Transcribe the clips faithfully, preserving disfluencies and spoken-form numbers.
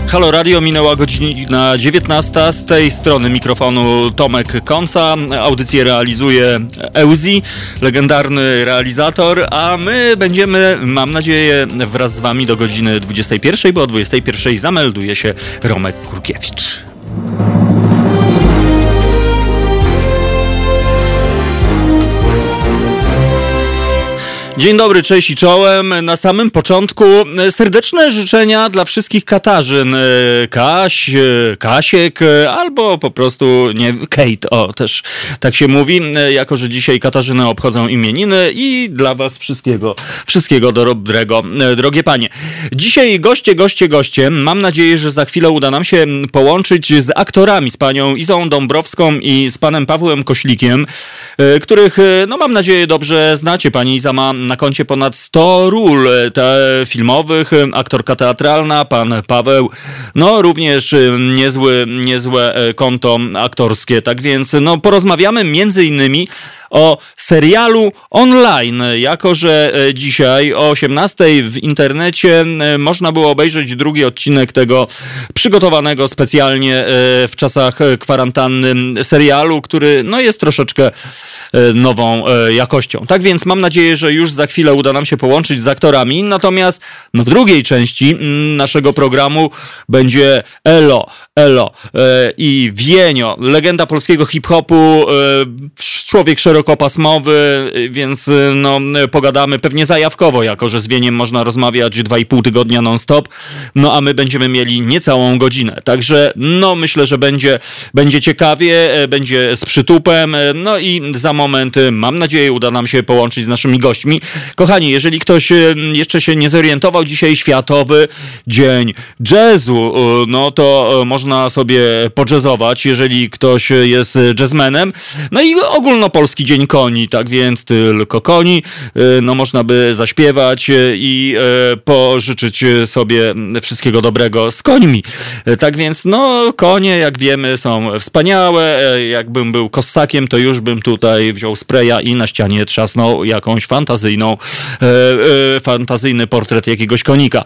Halo Radio, minęła godzina dziewiętnasta. Z tej strony mikrofonu Tomek Konca. Audycję realizuje Euzi, legendarny realizator, a my będziemy, mam nadzieję, wraz z wami do godziny dwudziestej pierwszej, bo o dwudziestej pierwszej zamelduje się Romek Kurkiewicz. Dzień dobry, cześć i czołem. Na samym początku serdeczne życzenia dla wszystkich Katarzyn. Kaś, Kasiek albo po prostu nie Kate, o też tak się mówi, jako że dzisiaj Katarzyny obchodzą imieniny i dla was wszystkiego, wszystkiego dobrego, drogie panie. Dzisiaj goście, goście, goście. Mam nadzieję, że za chwilę uda nam się połączyć z aktorami, z panią Izą Dąbrowską i z panem Pawłem Koślikiem, których, no mam nadzieję, dobrze znacie. Pani Iza ma na koncie ponad sto ról te filmowych, aktorka teatralna, pan Paweł, no również niezły, niezłe konto aktorskie, tak więc no porozmawiamy między innymi o serialu online, jako że dzisiaj o osiemnastej w internecie można było obejrzeć drugi odcinek tego przygotowanego specjalnie w czasach kwarantanny serialu, który no jest troszeczkę nową jakością. Tak więc mam nadzieję, że już za chwilę uda nam się połączyć z aktorami, natomiast no, w drugiej części naszego programu będzie Elo, Elo i Wienio, legenda polskiego hip-hopu, człowiek szerokopasmowy, więc no pogadamy pewnie zajawkowo, jako że z Wieniem można rozmawiać dwa i pół tygodnia non-stop, no a my będziemy mieli niecałą godzinę. Także no myślę, że będzie, będzie ciekawie, będzie z przytupem, no i za moment, mam nadzieję, uda nam się połączyć z naszymi gośćmi. Kochani, jeżeli ktoś jeszcze się nie zorientował, dzisiaj Światowy Dzień Jazzu, no to można sobie podjazzować, jeżeli ktoś jest jazzmenem, no i ogólnopolski Dzień Koni, tak więc tylko koni, no można by zaśpiewać i pożyczyć sobie wszystkiego dobrego z końmi. Tak więc no konie, jak wiemy, są wspaniałe. Jakbym był kossakiem, to już bym tutaj wziął spraya i na ścianie trzasnął jakąś fantazyjną, fantazyjny portret jakiegoś konika.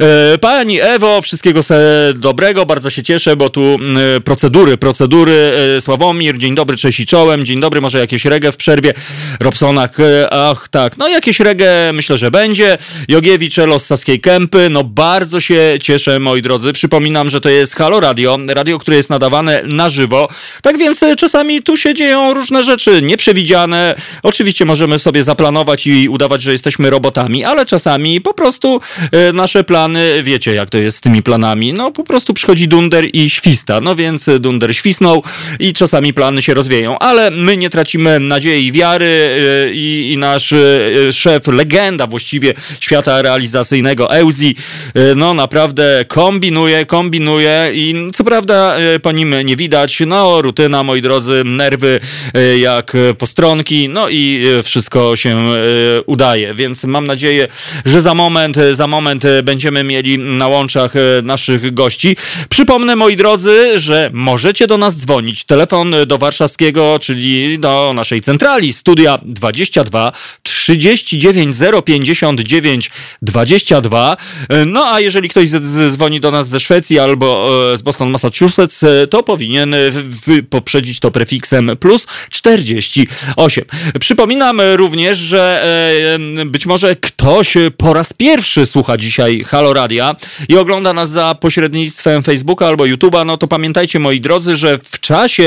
Pani Ewo, wszystkiego dobrego, bardzo się cieszę, bo tu procedury, procedury. Sławomir, dzień dobry, cześć i czołem, dzień dobry, może jakieś reggae w przerwie. Robsonak, ach tak, no jakieś reggae myślę, że będzie. Jogiewicz, Elo z Saskiej Kępy, no bardzo się cieszę, moi drodzy. Przypominam, że to jest Halo Radio, radio, które jest nadawane na żywo. Tak więc czasami tu się dzieją różne rzeczy nieprzewidziane. Oczywiście możemy sobie zaplanować i udawać, że jesteśmy robotami, ale czasami po prostu nasze plany, wiecie jak to jest z tymi planami, no po prostu przychodzi dunder i śwista. No więc dunder świsnął i czasami plany się rozwieją, ale my nie tracimy nadziei i wiary i, i nasz szef, legenda właściwie świata realizacyjnego Euzi, no naprawdę kombinuje, kombinuje i co prawda po nim nie widać, no rutyna, moi drodzy, nerwy jak postronki, no i wszystko się udaje, więc mam nadzieję, że za moment, za moment będziemy mieli na łączach naszych gości. Przypomnę, moi drodzy, że możecie do nas dzwonić. Telefon do warszawskiego, czyli do naszej centrali, studia dwadzieścia dwa trzydzieści dziewięć zero pięćdziesiąt dziewięć dwadzieścia dwa. No a jeżeli ktoś z- z- dzwoni do nas ze Szwecji albo e, z Boston, Massachusetts, to powinien w- poprzedzić to prefiksem plus czterdzieści osiem. Przypominam również, że e, być może ktoś po raz pierwszy słucha dzisiaj Halo Radia i ogląda nas za pośrednictwem Facebooka albo YouTube'a, no to pamiętajcie, moi drodzy, że w czasie,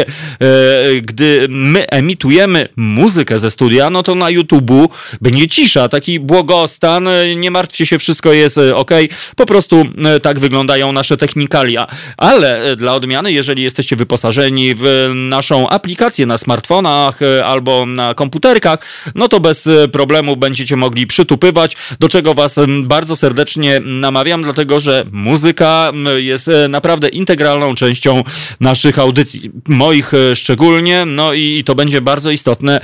e, gdy my emitujemy muzykę ze studia, no to na YouTube'u będzie cisza, taki błogostan, nie martwcie się, wszystko jest ok, po prostu tak wyglądają nasze technikalia, ale dla odmiany, jeżeli jesteście wyposażeni w naszą aplikację na smartfonach albo na komputerkach, no to bez problemu będziecie mogli przytupywać, do czego was bardzo serdecznie namawiam, dlatego że muzyka jest naprawdę integralną częścią naszych audycji, moich szczególnie, no i to będzie bardzo istotne, świetne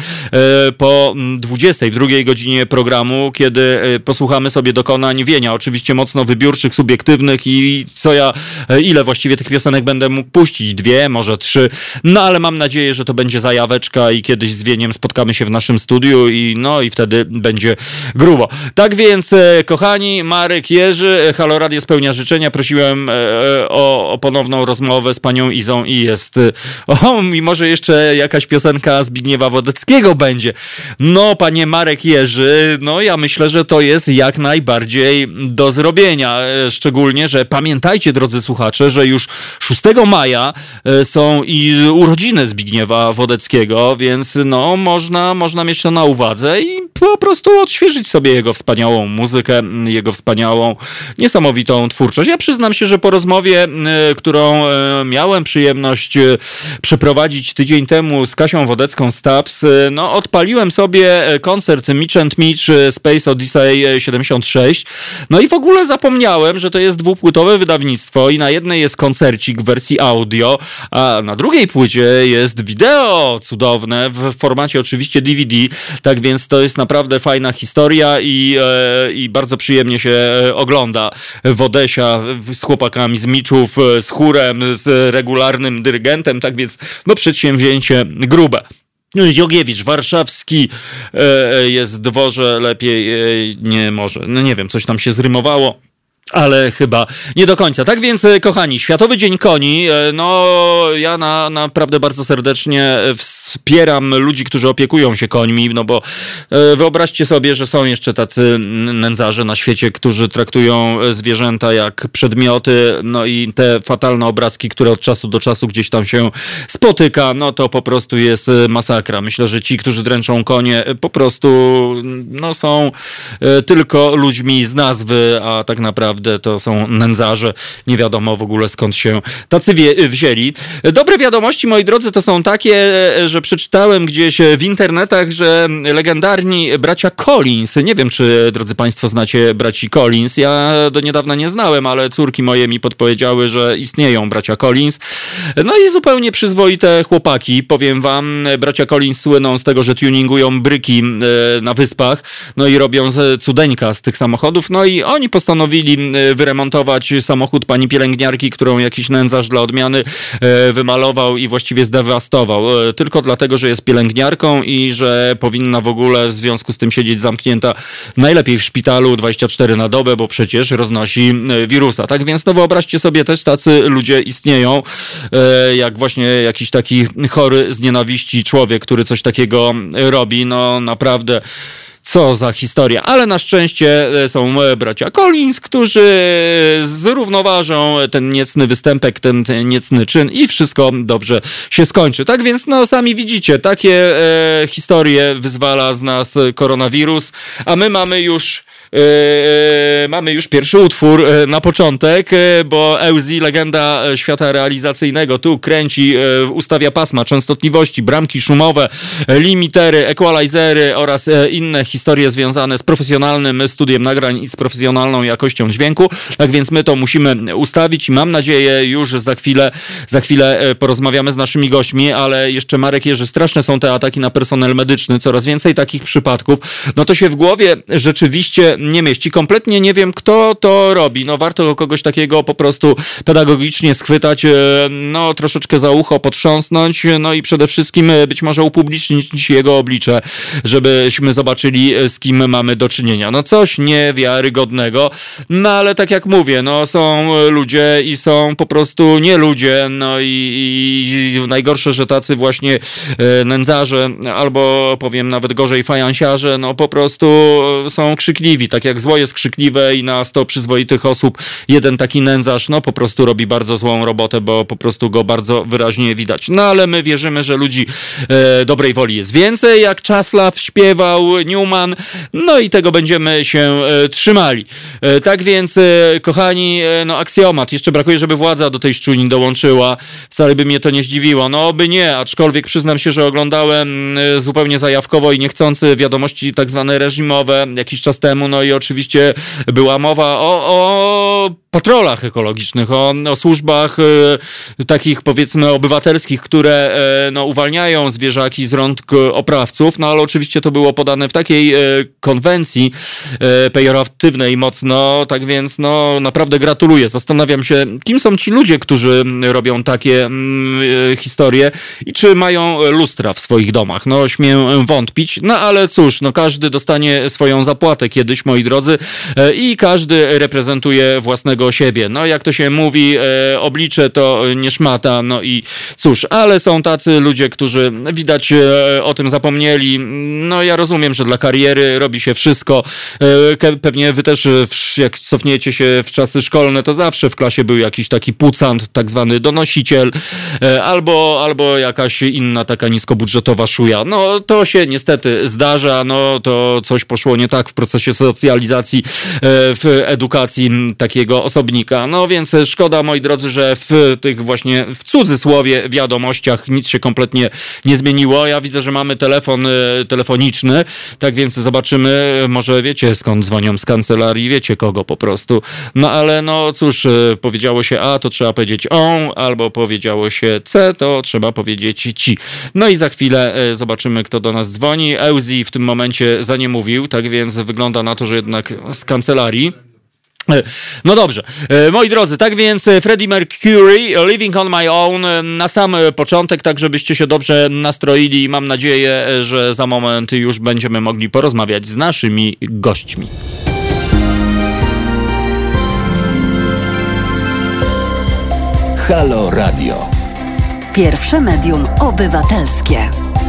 po dwudziestej, w drugiej godzinie programu, kiedy posłuchamy sobie dokonań Wienia, oczywiście mocno wybiórczych, subiektywnych i co ja, ile właściwie tych piosenek będę mógł puścić, dwie, może trzy, no ale mam nadzieję, że to będzie zajaweczka i kiedyś z Wieniem spotkamy się w naszym studiu i no i wtedy będzie grubo. Tak więc, kochani, Marek, Jerzy, Halo Radio spełnia życzenia, prosiłem o, o ponowną rozmowę z panią Izą i jest, o, i może jeszcze jakaś piosenka Zbigniewa Wodeckiego będzie. No, panie Marek, Jerzy, no ja myślę, że to jest jak najbardziej do zrobienia, szczególnie, że pamiętajcie, drodzy słuchacze, że już szóstego maja są i urodziny Zbigniewa Wodeckiego, więc no można, można mieć to na uwadze i po prostu odświeżyć sobie jego wspaniałą muzykę, jego wspaniałą, niesamowitą twórczość. Ja przyznam się, że po rozmowie, którą miałem przyjemność przeprowadzić tydzień temu z Kasią Wodecką z Taps, no odpaliłem sobie koncert Mitch and Mitch Space Odyssey siedemdziesiąt sześć, no i w ogóle zapomniałem, że to jest dwupłytowe wydawnictwo i na jednej jest koncercik w wersji audio, a na drugiej płycie jest wideo cudowne w formacie oczywiście D V D, tak więc to jest naprawdę fajna historia i, e, i bardzo przyjemnie się ogląda Wodesia z chłopakami z Miczów, z chórem, z regularnym dyrygentem, tak więc no przedsięwzięcie grube. Jogiewicz Warszawski e, jest dworze, lepiej e, nie może, no nie wiem, coś tam się zrymowało. Ale chyba nie do końca. Tak więc, kochani, Światowy Dzień Koni, no ja na, naprawdę bardzo serdecznie wspieram ludzi, którzy opiekują się końmi, no bo wyobraźcie sobie, że są jeszcze tacy nędzarze na świecie, którzy traktują zwierzęta jak przedmioty, no i te fatalne obrazki, które od czasu do czasu gdzieś tam się spotyka, no to po prostu jest masakra. Myślę, że ci, którzy dręczą konie, po prostu no są tylko ludźmi z nazwy, a tak naprawdę to są nędzarze. Nie wiadomo w ogóle skąd się tacy wie- wzięli. Dobre wiadomości, moi drodzy, to są takie, że przeczytałem gdzieś w internetach, że legendarni bracia Collins, nie wiem, czy drodzy państwo znacie braci Collins, ja do niedawna nie znałem, ale córki moje mi podpowiedziały, że istnieją bracia Collins. No i zupełnie przyzwoite chłopaki, powiem wam. Bracia Collins słyną z tego, że tuningują bryki na wyspach, no i robią cudeńka z tych samochodów, no i oni postanowili wyremontować samochód pani pielęgniarki, którą jakiś nędzarz dla odmiany wymalował i właściwie zdewastował. Tylko dlatego, że jest pielęgniarką i że powinna w ogóle w związku z tym siedzieć zamknięta najlepiej w szpitalu dwadzieścia cztery na dobę, bo przecież roznosi wirusa. Tak więc no wyobraźcie sobie, też tacy ludzie istnieją, jak właśnie jakiś taki chory z nienawiści człowiek, który coś takiego robi. No naprawdę co za historia, ale na szczęście są bracia Collins, którzy zrównoważą ten niecny występek, ten, ten niecny czyn i wszystko dobrze się skończy. Tak więc no sami widzicie, takie e, historie wyzwala z nas koronawirus, a my mamy już Yy, mamy już pierwszy utwór yy, na początek, yy, bo Euzi, legenda świata realizacyjnego, tu kręci, yy, ustawia pasma, częstotliwości, bramki szumowe, limitery, equalizery oraz yy, inne historie związane z profesjonalnym studiem nagrań i z profesjonalną jakością dźwięku. Tak więc my to musimy ustawić i mam nadzieję już za chwilę, za chwilę yy, porozmawiamy z naszymi gośćmi, ale jeszcze Marek Jerzy, straszne są te ataki na personel medyczny, coraz więcej takich przypadków. No to się w głowie rzeczywiście nie mieści. Kompletnie nie wiem, kto to robi. No warto kogoś takiego po prostu pedagogicznie schwytać, no troszeczkę za ucho potrząsnąć, no i przede wszystkim być może upublicznić jego oblicze, żebyśmy zobaczyli, z kim mamy do czynienia. No coś niewiarygodnego, no ale tak jak mówię, no są ludzie i są po prostu nie ludzie, no i, i najgorsze, że tacy właśnie nędzarze, albo powiem nawet gorzej fajansiarze, no po prostu są krzykliwi, tak jak zło jest krzykliwe i na sto przyzwoitych osób jeden taki nędzarz, no po prostu robi bardzo złą robotę, bo po prostu go bardzo wyraźnie widać. No ale my wierzymy, że ludzi e, dobrej woli jest więcej, jak Czasław śpiewał, Newman, no i tego będziemy się e, trzymali. E, tak więc, e, kochani, e, no aksjomat, jeszcze brakuje, żeby władza do tej szczujni dołączyła, wcale by mnie to nie zdziwiło, no oby nie, aczkolwiek przyznam się, że oglądałem e, zupełnie zajawkowo i niechcący wiadomości tak zwane reżimowe jakiś czas temu, no i oczywiście była mowa o, o patrolach ekologicznych, o, o służbach e, takich powiedzmy obywatelskich, które e, no, uwalniają zwierzaki z rąk oprawców, no ale oczywiście to było podane w takiej e, konwencji e, pejoratywnej mocno, tak więc no naprawdę gratuluję. Zastanawiam się, kim są ci ludzie, którzy robią takie mm, e, historie i czy mają lustra w swoich domach. No śmiem wątpić, no ale cóż, no każdy dostanie swoją zapłatę kiedyś, moi drodzy, e, i każdy reprezentuje własnego siebie. No jak to się mówi, e, oblicze to nie szmata, no i cóż, ale są tacy ludzie, którzy widać e, o tym zapomnieli. No ja rozumiem, że dla kariery robi się wszystko. E, pewnie wy też, w, jak cofniecie się w czasy szkolne, to zawsze w klasie był jakiś taki pucant, tak zwany donosiciel, e, albo, albo jakaś inna taka niskobudżetowa szuja. No to się niestety zdarza, no to coś poszło nie tak w procesie socjalizacji, e, w edukacji takiego osobnika. No więc szkoda, moi drodzy, że w tych właśnie w cudzysłowie wiadomościach nic się kompletnie nie zmieniło. Ja widzę, że mamy telefon telefoniczny, tak więc zobaczymy, może wiecie skąd dzwonią z kancelarii, wiecie kogo po prostu. No ale no cóż, powiedziało się A, to trzeba powiedzieć on, albo powiedziało się C, to trzeba powiedzieć ci. No i za chwilę zobaczymy, kto do nas dzwoni. Euzi w tym momencie zaniemówił, tak więc wygląda na to, że jednak z kancelarii. No dobrze, moi drodzy, tak więc Freddie Mercury, Living on My Own, na sam początek, tak żebyście się dobrze nastroili. Mam nadzieję, że za moment już będziemy mogli porozmawiać z naszymi gośćmi. Halo Radio. Pierwsze medium obywatelskie.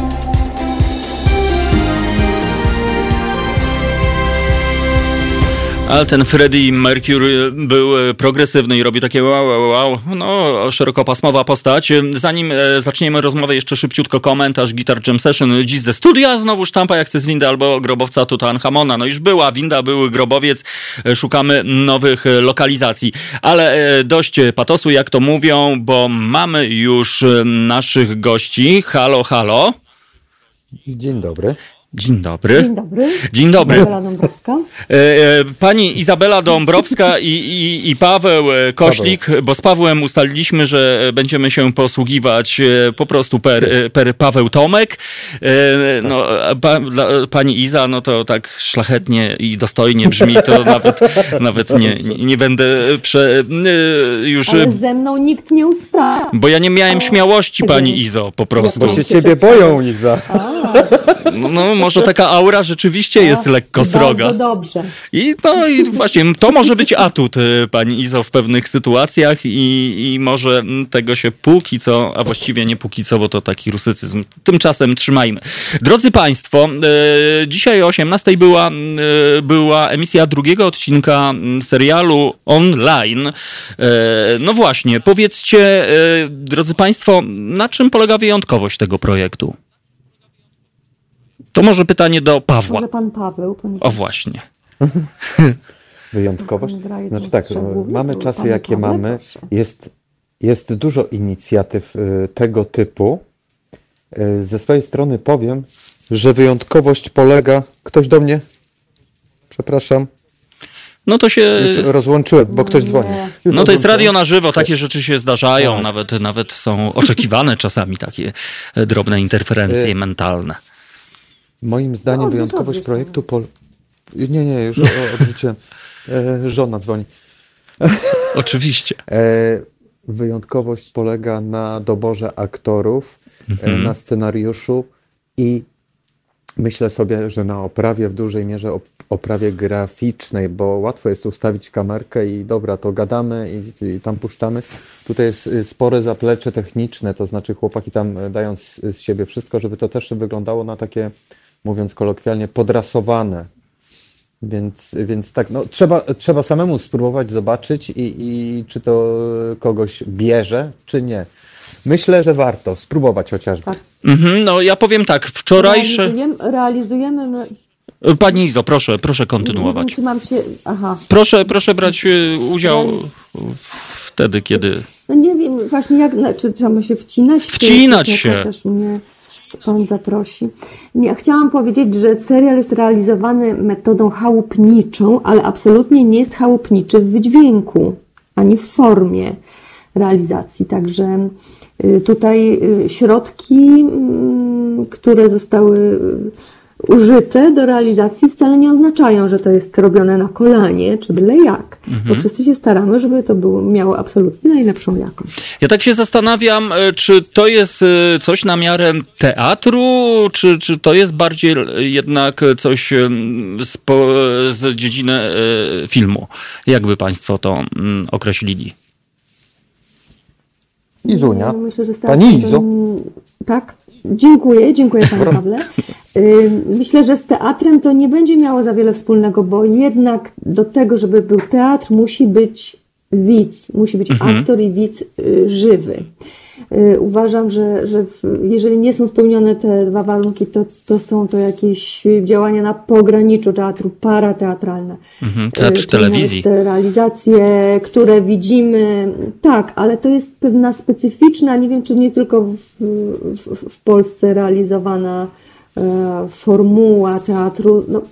Ale ten Freddie Mercury był progresywny i robi takie wow, wow, wow, no szerokopasmowa postać. Zanim zaczniemy rozmowę, jeszcze szybciutko komentarz Guitar Jam Session dziś ze studia. Znowu sztampa jak chce z windy albo grobowca Tutanchamona. No już była winda, był grobowiec, szukamy nowych lokalizacji. Ale dość patosu, jak to mówią, bo mamy już naszych gości. Halo, halo. Dzień dobry. Dzień dobry. Dzień dobry. Dzień dobry. Izabela Dąbrowska. Pani Izabela Dąbrowska i, i, i Paweł Koślik, Paweł. Bo z Pawłem ustaliliśmy, że będziemy się posługiwać po prostu per, per Paweł Tomek. No, pa, dla, pani Iza, no to tak szlachetnie i dostojnie brzmi, to nawet, nawet nie, nie będę prze, już... Ale ze mną nikt nie ustał. Bo ja nie miałem śmiałości, pani Izo, po prostu. Bo się ciebie boją, Iza. No, no może taka aura rzeczywiście jest lekko sroga. Bardzo dobrze. I no i właśnie to może być atut pani Izo w pewnych sytuacjach i, i może tego się póki co, a właściwie nie póki co, bo to taki rusycyzm, tymczasem trzymajmy. Drodzy Państwo, e, dzisiaj o osiemnastej była, e, była emisja drugiego odcinka serialu online. E, no właśnie, powiedzcie, e, drodzy Państwo, na czym polega wyjątkowość tego projektu? To może pytanie do Pawła. Może pan Paweł. O właśnie. Wyjątkowość? Znaczy tak, mamy czasy jakie mamy. Jest, jest dużo inicjatyw tego typu. Ze swojej strony powiem, że wyjątkowość polega... Ktoś do mnie? Przepraszam. No to się... Już rozłączyłem, bo ktoś dzwoni. Już no to jest radio na żywo, takie rzeczy się zdarzają, nawet, nawet są oczekiwane czasami takie drobne interferencje mentalne. Moim zdaniem wyjątkowość projektu... Pol... Nie, nie, już odrzuciłem. E, żona dzwoni. Oczywiście. E, wyjątkowość polega na doborze aktorów, mhm. e, na scenariuszu i myślę sobie, że na oprawie w dużej mierze op- oprawie graficznej, bo łatwo jest ustawić kamerkę i dobra, to gadamy i, i tam puszczamy. Tutaj jest spore zaplecze techniczne, to znaczy chłopaki tam dają z, z siebie wszystko, żeby to też wyglądało na takie, mówiąc kolokwialnie, podrasowane. Więc, więc tak, no trzeba, trzeba samemu spróbować zobaczyć i, i czy to kogoś bierze, czy nie. Myślę, że warto spróbować chociażby. Tak. Mhm, no ja powiem tak, wczorajsze... Realizujemy... realizujemy no... Pani Izo, proszę, proszę kontynuować. Nie wiem, czy mam się... Aha. Proszę, proszę brać udział wtedy, kiedy... No nie wiem właśnie jak, czy trzeba się wcinać? Wcinać czy, się! Też mnie pan zaprosi. Ja chciałam powiedzieć, że serial jest realizowany metodą chałupniczą, ale absolutnie nie jest chałupniczy w wydźwięku. ani w formie realizacji. Także tutaj środki, które zostały użyte do realizacji, wcale nie oznaczają, że to jest robione na kolanie, czy byle jak. Mhm. Bo wszyscy się staramy, żeby to było, miało absolutnie najlepszą jakość. Ja tak się zastanawiam, czy to jest coś na miarę teatru, czy, czy to jest bardziej jednak coś z, po, z dziedziny filmu. Jak by państwo to określili? Izunia. Ja myślę, że Pani Izo. To, tak. Dziękuję, dziękuję Panie Pawle. Myślę, że z teatrem to nie będzie miało za wiele wspólnego, bo jednak do tego, żeby był teatr, musi być widz, musi być mhm. aktor i widz żywy. Uważam, że, że jeżeli nie są spełnione te dwa warunki, to, to są to jakieś działania na pograniczu teatru parateatralne. Mhm, teatr w Czyli telewizji. Te realizacje, które widzimy, tak, ale to jest pewna specyficzna, nie wiem czy nie tylko w, w, w Polsce realizowana e, formuła teatru. No,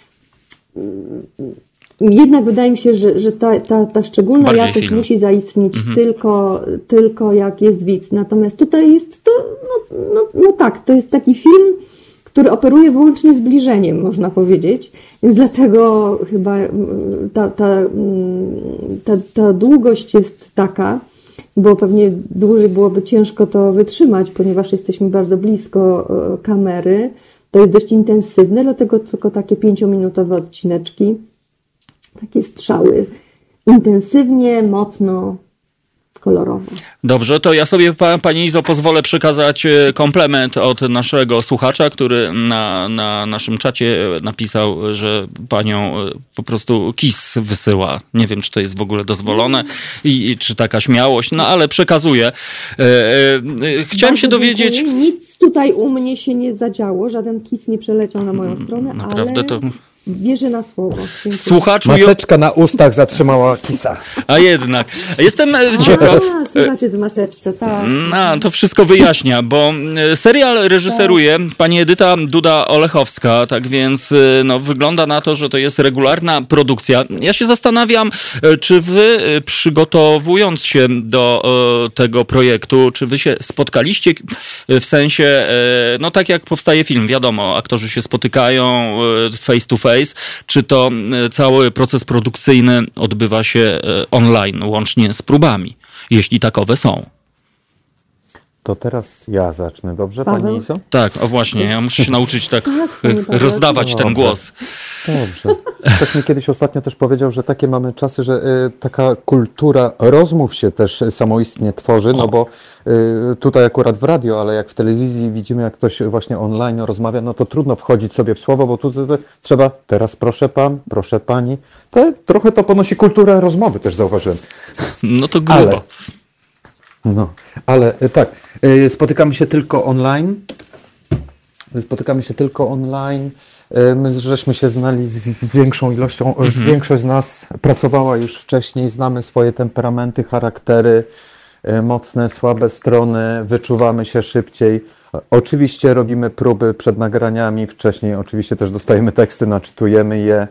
jednak wydaje mi się, że, że ta, ta, ta szczególna Bardziej jakość film. musi zaistnieć Mhm. tylko, tylko jak jest widz. Natomiast tutaj jest to, no, no, no tak, to jest taki film, który operuje wyłącznie zbliżeniem, można powiedzieć. Więc dlatego chyba ta, ta, ta, ta długość jest taka, bo pewnie dłużej byłoby ciężko to wytrzymać, ponieważ jesteśmy bardzo blisko kamery. To jest dość intensywne, dlatego tylko takie pięciominutowe odcineczki. Takie strzały. Intensywnie, mocno, kolorowo. Dobrze, to ja sobie pa, Pani Izo pozwolę przekazać komplement od naszego słuchacza, który na, na naszym czacie napisał, że Panią po prostu kiss wysyła. Nie wiem, czy to jest w ogóle dozwolone i, i czy taka śmiałość, no ale przekazuję. E, e, chciałem Bardzo się dowiedzieć... Dziękuję. Nic tutaj u mnie się nie zadziało, żaden kiss nie przeleciał na moją stronę, Naprawdę ale... to... Wierzę na słowo. Dziękuję. Słuchaczu... Maseczka na ustach zatrzymała kisa. A jednak. Jestem ciekaw... A, słuchacie z maseczce, tak. No, to wszystko wyjaśnia, bo serial reżyseruje pani Edyta Duda-Olechowska, tak więc no, wygląda na to, że to jest regularna produkcja. Ja się zastanawiam, czy wy przygotowując się do tego projektu, czy wy się spotkaliście w sensie, no tak jak powstaje film, wiadomo, aktorzy się spotykają face to face, czy to cały proces produkcyjny odbywa się online, łącznie z próbami, jeśli takowe są. To teraz ja zacznę, dobrze, Paweł? Pani Izo? Tak, o właśnie, ja muszę się nauczyć tak panie Paweł. rozdawać ten Dobrze. głos. Dobrze. Ktoś mi kiedyś ostatnio też powiedział, że takie mamy czasy, że y, taka kultura rozmów się też samoistnie tworzy, no bo y, tutaj akurat w radio, ale jak w telewizji widzimy, jak ktoś właśnie online rozmawia, no to trudno wchodzić sobie w słowo, bo tu to, to trzeba teraz proszę pan, proszę pani. To, trochę to ponosi kulturę rozmowy, też zauważyłem. No to grubo. Ale, no, ale y, tak, y, spotykamy się tylko online. Spotykamy się tylko online. My żeśmy się znali z większą ilością, mhm. większość z nas pracowała już wcześniej, znamy swoje temperamenty, charaktery, mocne, słabe strony, wyczuwamy się szybciej. Oczywiście robimy próby przed nagraniami, wcześniej oczywiście też dostajemy teksty, naczytujemy je,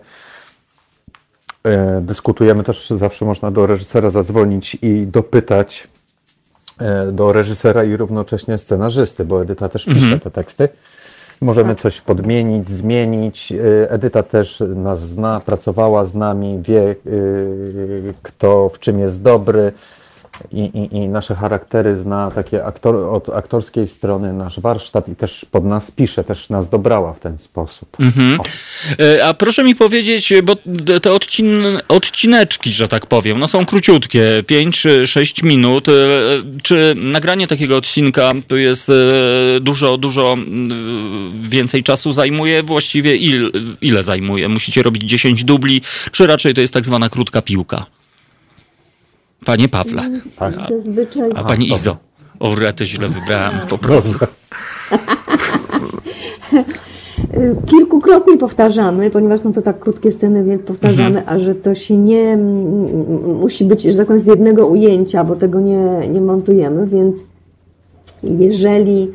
dyskutujemy też, zawsze można do reżysera zadzwonić i dopytać do reżysera i równocześnie scenarzysty, bo Edyta też pisze mhm. te teksty. Możemy tak. coś podmienić, zmienić. Edyta też nas zna, pracowała z nami, wie kto w czym jest dobry i, i, i nasze charaktery zna takie aktor, od aktorskiej strony, nasz warsztat i też pod nas pisze, też nas dobrała w ten sposób. Mhm. A proszę mi powiedzieć, bo te odcin, odcineczki, że tak powiem, no są króciutkie, pięć czy sześć minut. Czy nagranie takiego odcinka to jest dużo, dużo więcej czasu zajmuje? Właściwie ile, ile zajmuje? Musicie robić dziesięć dubli, czy raczej to jest tak zwana krótka piłka? Panie Pawle. Tak. Zazwyczaj... A pani Izo. O, rety źle wybrałem po prostu. Kilkukrotnie powtarzamy, ponieważ są to tak krótkie sceny, więc powtarzamy, mhm. a że to się nie musi być, że tak powiem, z jednego ujęcia, bo tego nie, nie montujemy, więc jeżeli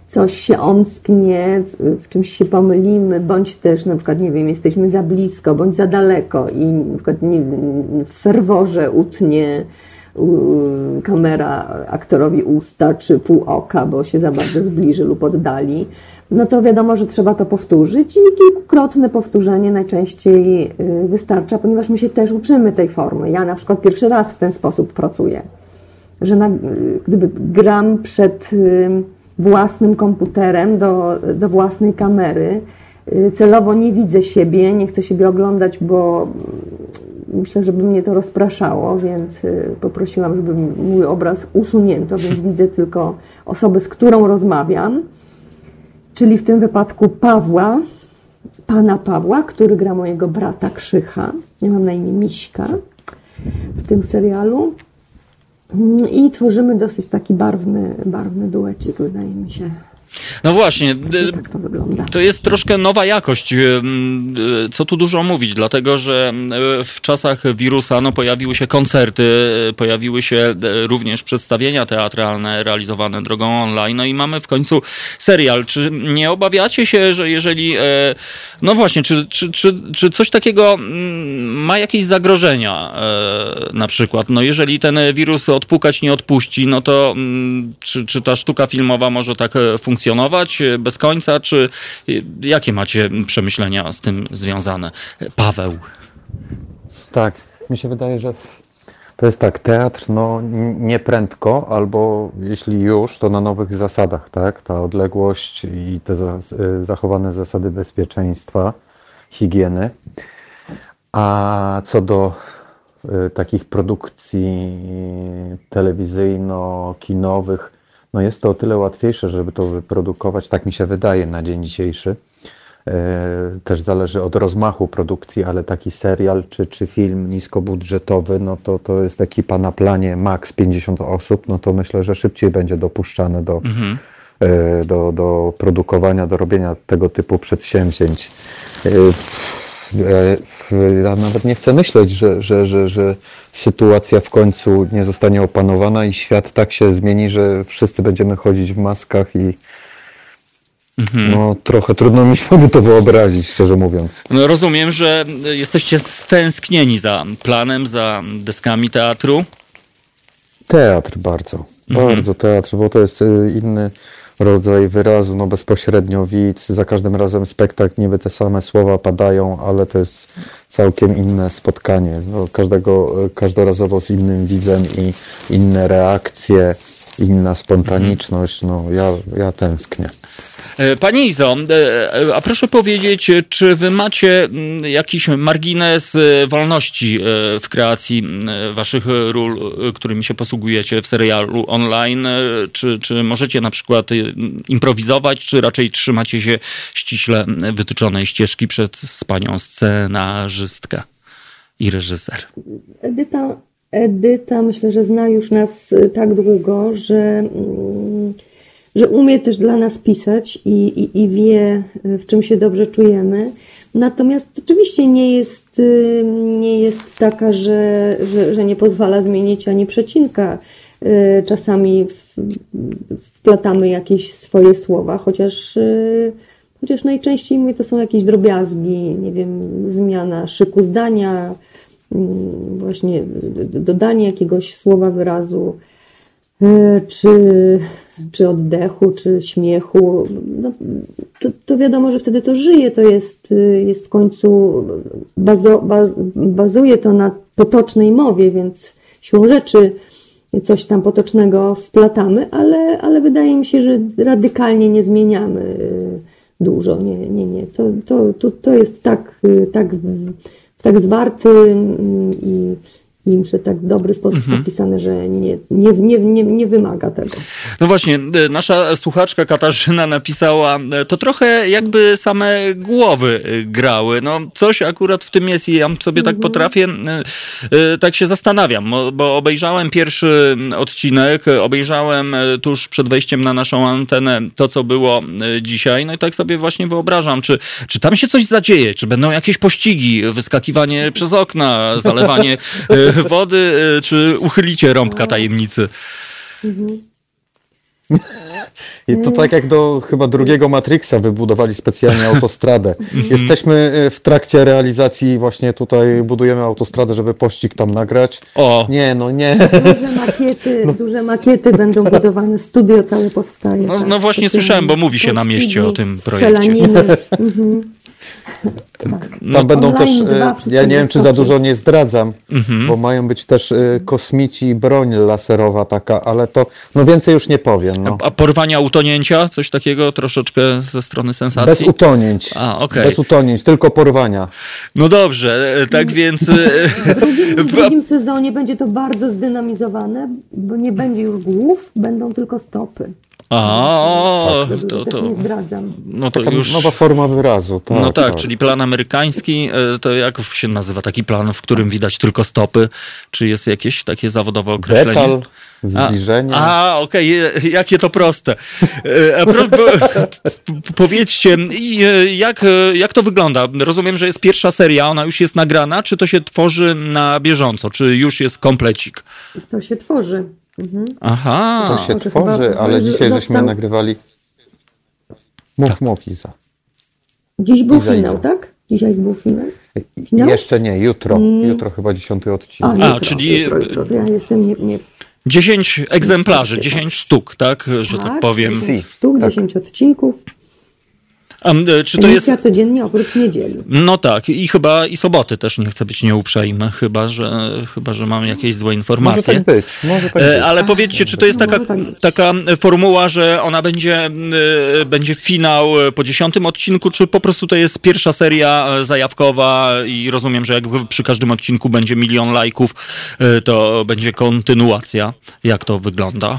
coś się omsknie, w czymś się pomylimy, bądź też na przykład, nie wiem, jesteśmy za blisko, bądź za daleko i na przykład nie, w ferworze utnie kamera aktorowi usta czy pół oka, bo się za bardzo zbliży lub oddali, no to wiadomo, że trzeba to powtórzyć i kilkukrotne powtórzenie najczęściej wystarcza, ponieważ my się też uczymy tej formy. Ja na przykład pierwszy raz w ten sposób pracuję, że na, gdyby gram przed własnym komputerem do, do własnej kamery, celowo nie widzę siebie, nie chcę siebie oglądać, bo myślę, że by mnie to rozpraszało, więc poprosiłam, żeby mój obraz usunięto, więc widzę tylko osobę, z którą rozmawiam, czyli w tym wypadku Pawła, pana Pawła, który gra mojego brata Krzycha. Ja mam na imię Miśka w tym serialu. I tworzymy dosyć taki barwny, barwny duecik, wydaje mi się. No właśnie, tak to wygląda. To jest troszkę nowa jakość, co tu dużo mówić, dlatego że w czasach wirusa no, pojawiły się koncerty, pojawiły się również przedstawienia teatralne realizowane drogą online, no i mamy w końcu serial. Czy nie obawiacie się, że jeżeli, no właśnie, czy, czy, czy, czy coś takiego ma jakieś zagrożenia na przykład, no jeżeli ten wirus odpukać nie odpuści, no to czy, czy ta sztuka filmowa może tak funkcjonować bez końca, czy jakie macie przemyślenia z tym związane? Paweł. Tak, mi się wydaje, że to jest tak, teatr no nie prędko, albo jeśli już, to na nowych zasadach, tak? Ta odległość i te za, zachowane zasady bezpieczeństwa, higieny. A co do y, takich produkcji telewizyjno-kinowych, no jest to o tyle łatwiejsze, żeby to wyprodukować, tak mi się wydaje na dzień dzisiejszy. Też zależy od rozmachu produkcji, ale taki serial czy, czy film niskobudżetowy, no to, to jest ekipa na planie maks pięćdziesiąt osób, no to myślę, że szybciej będzie dopuszczane do, mhm. do, do produkowania, do robienia tego typu przedsięwzięć. Ja nawet nie chcę myśleć, że, że, że, że sytuacja w końcu nie zostanie opanowana i świat tak się zmieni, że wszyscy będziemy chodzić w maskach i mhm. no trochę trudno mi sobie to wyobrazić, szczerze mówiąc. No rozumiem, że jesteście stęsknieni za planem, za deskami teatru. Teatr bardzo, mhm. bardzo teatr, bo to jest inny rodzaj wyrazu, no bezpośrednio widz, za każdym razem spektakl, niby te same słowa padają, ale to jest całkiem inne spotkanie, no, każdego, każdorazowo z innym widzem i inne reakcje, inna spontaniczność, no ja, ja tęsknię. Pani Izo, a proszę powiedzieć, czy wy macie jakiś margines wolności w kreacji waszych ról, którymi się posługujecie w serialu online? Czy, czy możecie na przykład improwizować, czy raczej trzymacie się ściśle wytyczonej ścieżki przez panią scenarzystkę i reżyser? Edyta, Edyta myślę, że zna już nas tak długo, że... że umie też dla nas pisać i, i, i wie, w czym się dobrze czujemy. Natomiast oczywiście nie jest, nie jest taka, że, że, że nie pozwala zmienić ani przecinka. Czasami wplatamy jakieś swoje słowa, chociaż, chociaż najczęściej mówię, to są jakieś drobiazgi, nie wiem, zmiana szyku zdania, właśnie dodanie jakiegoś słowa, wyrazu, czy, czy oddechu, czy śmiechu, no, to, to wiadomo, że wtedy to żyje, to jest, jest w końcu, bazo, baz, bazuje to na potocznej mowie, więc siłą rzeczy coś tam potocznego wplatamy, ale, ale wydaje mi się, że radykalnie nie zmieniamy dużo, nie, nie, nie, to, to, to, to jest tak, tak, tak zwarty i i myślę, tak w dobry sposób mhm. popisane, że nie, nie, nie, nie, nie wymaga tego. No właśnie, nasza słuchaczka Katarzyna napisała, to trochę jakby same głowy grały. No coś akurat w tym jest i ja sobie tak potrafię, tak się zastanawiam, bo obejrzałem pierwszy odcinek, obejrzałem tuż przed wejściem na naszą antenę to, co było dzisiaj, no i tak sobie właśnie wyobrażam, czy, czy tam się coś zadzieje, czy będą jakieś pościgi, wyskakiwanie przez okna, zalewanie wody, czy uchylicie rąbka tajemnicy? I to tak jak do chyba drugiego Matrixa wybudowali specjalnie autostradę. Jesteśmy w trakcie realizacji, właśnie tutaj budujemy autostradę, żeby pościg tam nagrać. O. Nie, no nie. Duże makiety, no. duże makiety będą budowane, studio całe powstaje. No, tak, no właśnie słyszałem, bo mówi się na mieście o tym projekcie. Mhm. Tam no, będą też, dwa, ja nie wiem, czy za dużo nie zdradzam, mhm. bo mają być też y, kosmici, broń laserowa taka, ale to, no więcej już nie powiem. No. A, a porwania, utonięcia? Coś takiego troszeczkę ze strony sensacji? Bez utonięć. A, okay. Bez utonięć, tylko porwania. No dobrze, tak więc... W drugim, w drugim sezonie będzie to bardzo zdynamizowane, bo nie będzie już głów, będą tylko stopy. A, to, to nie zdradzam. No to Taka już nowa forma wyrazu. Tak, no tak, tak, czyli plan amerykański, to jak się nazywa taki plan, w którym widać tylko stopy? Czy jest jakieś takie zawodowe określenie? Detal, zbliżenie. A, a okej, okay. Jakie to proste. A pro, po, powiedzcie, jak, jak to wygląda? Rozumiem, że jest pierwsza seria, ona już jest nagrana, czy to się tworzy na bieżąco, czy już jest komplecik? To się tworzy. Mhm. Aha. To się Może tworzy, chyba, ale dzisiaj został... żeśmy nagrywali... Mów, tak. mów Iza. Dziś był Iza, finał, Iza. tak? Dzisiaj był finał? finał? Jeszcze nie, jutro. Mm. Jutro chyba dziesiąty odcinek. A, jutro, A czyli... Jutro, jutro. To ja jestem nie... nie... dziesięć egzemplarzy, dziesięć sztuk, tak? Że tak, tak powiem. dziesięć sztuk, tak. dziesięć odcinków. A, czy to jest... codziennie oprócz niedzieli. No tak, i chyba i soboty też nie chcę być nieuprzejmy, chyba że, chyba, że mam jakieś złe informacje. Może tak być. Może tak być. Ale powiedzcie, czy to jest taka, taka formuła, że ona będzie, będzie finał po dziesiątym odcinku, czy po prostu to jest pierwsza seria zajawkowa i rozumiem, że jakby przy każdym odcinku będzie milion lajków, to będzie kontynuacja. Jak to wygląda?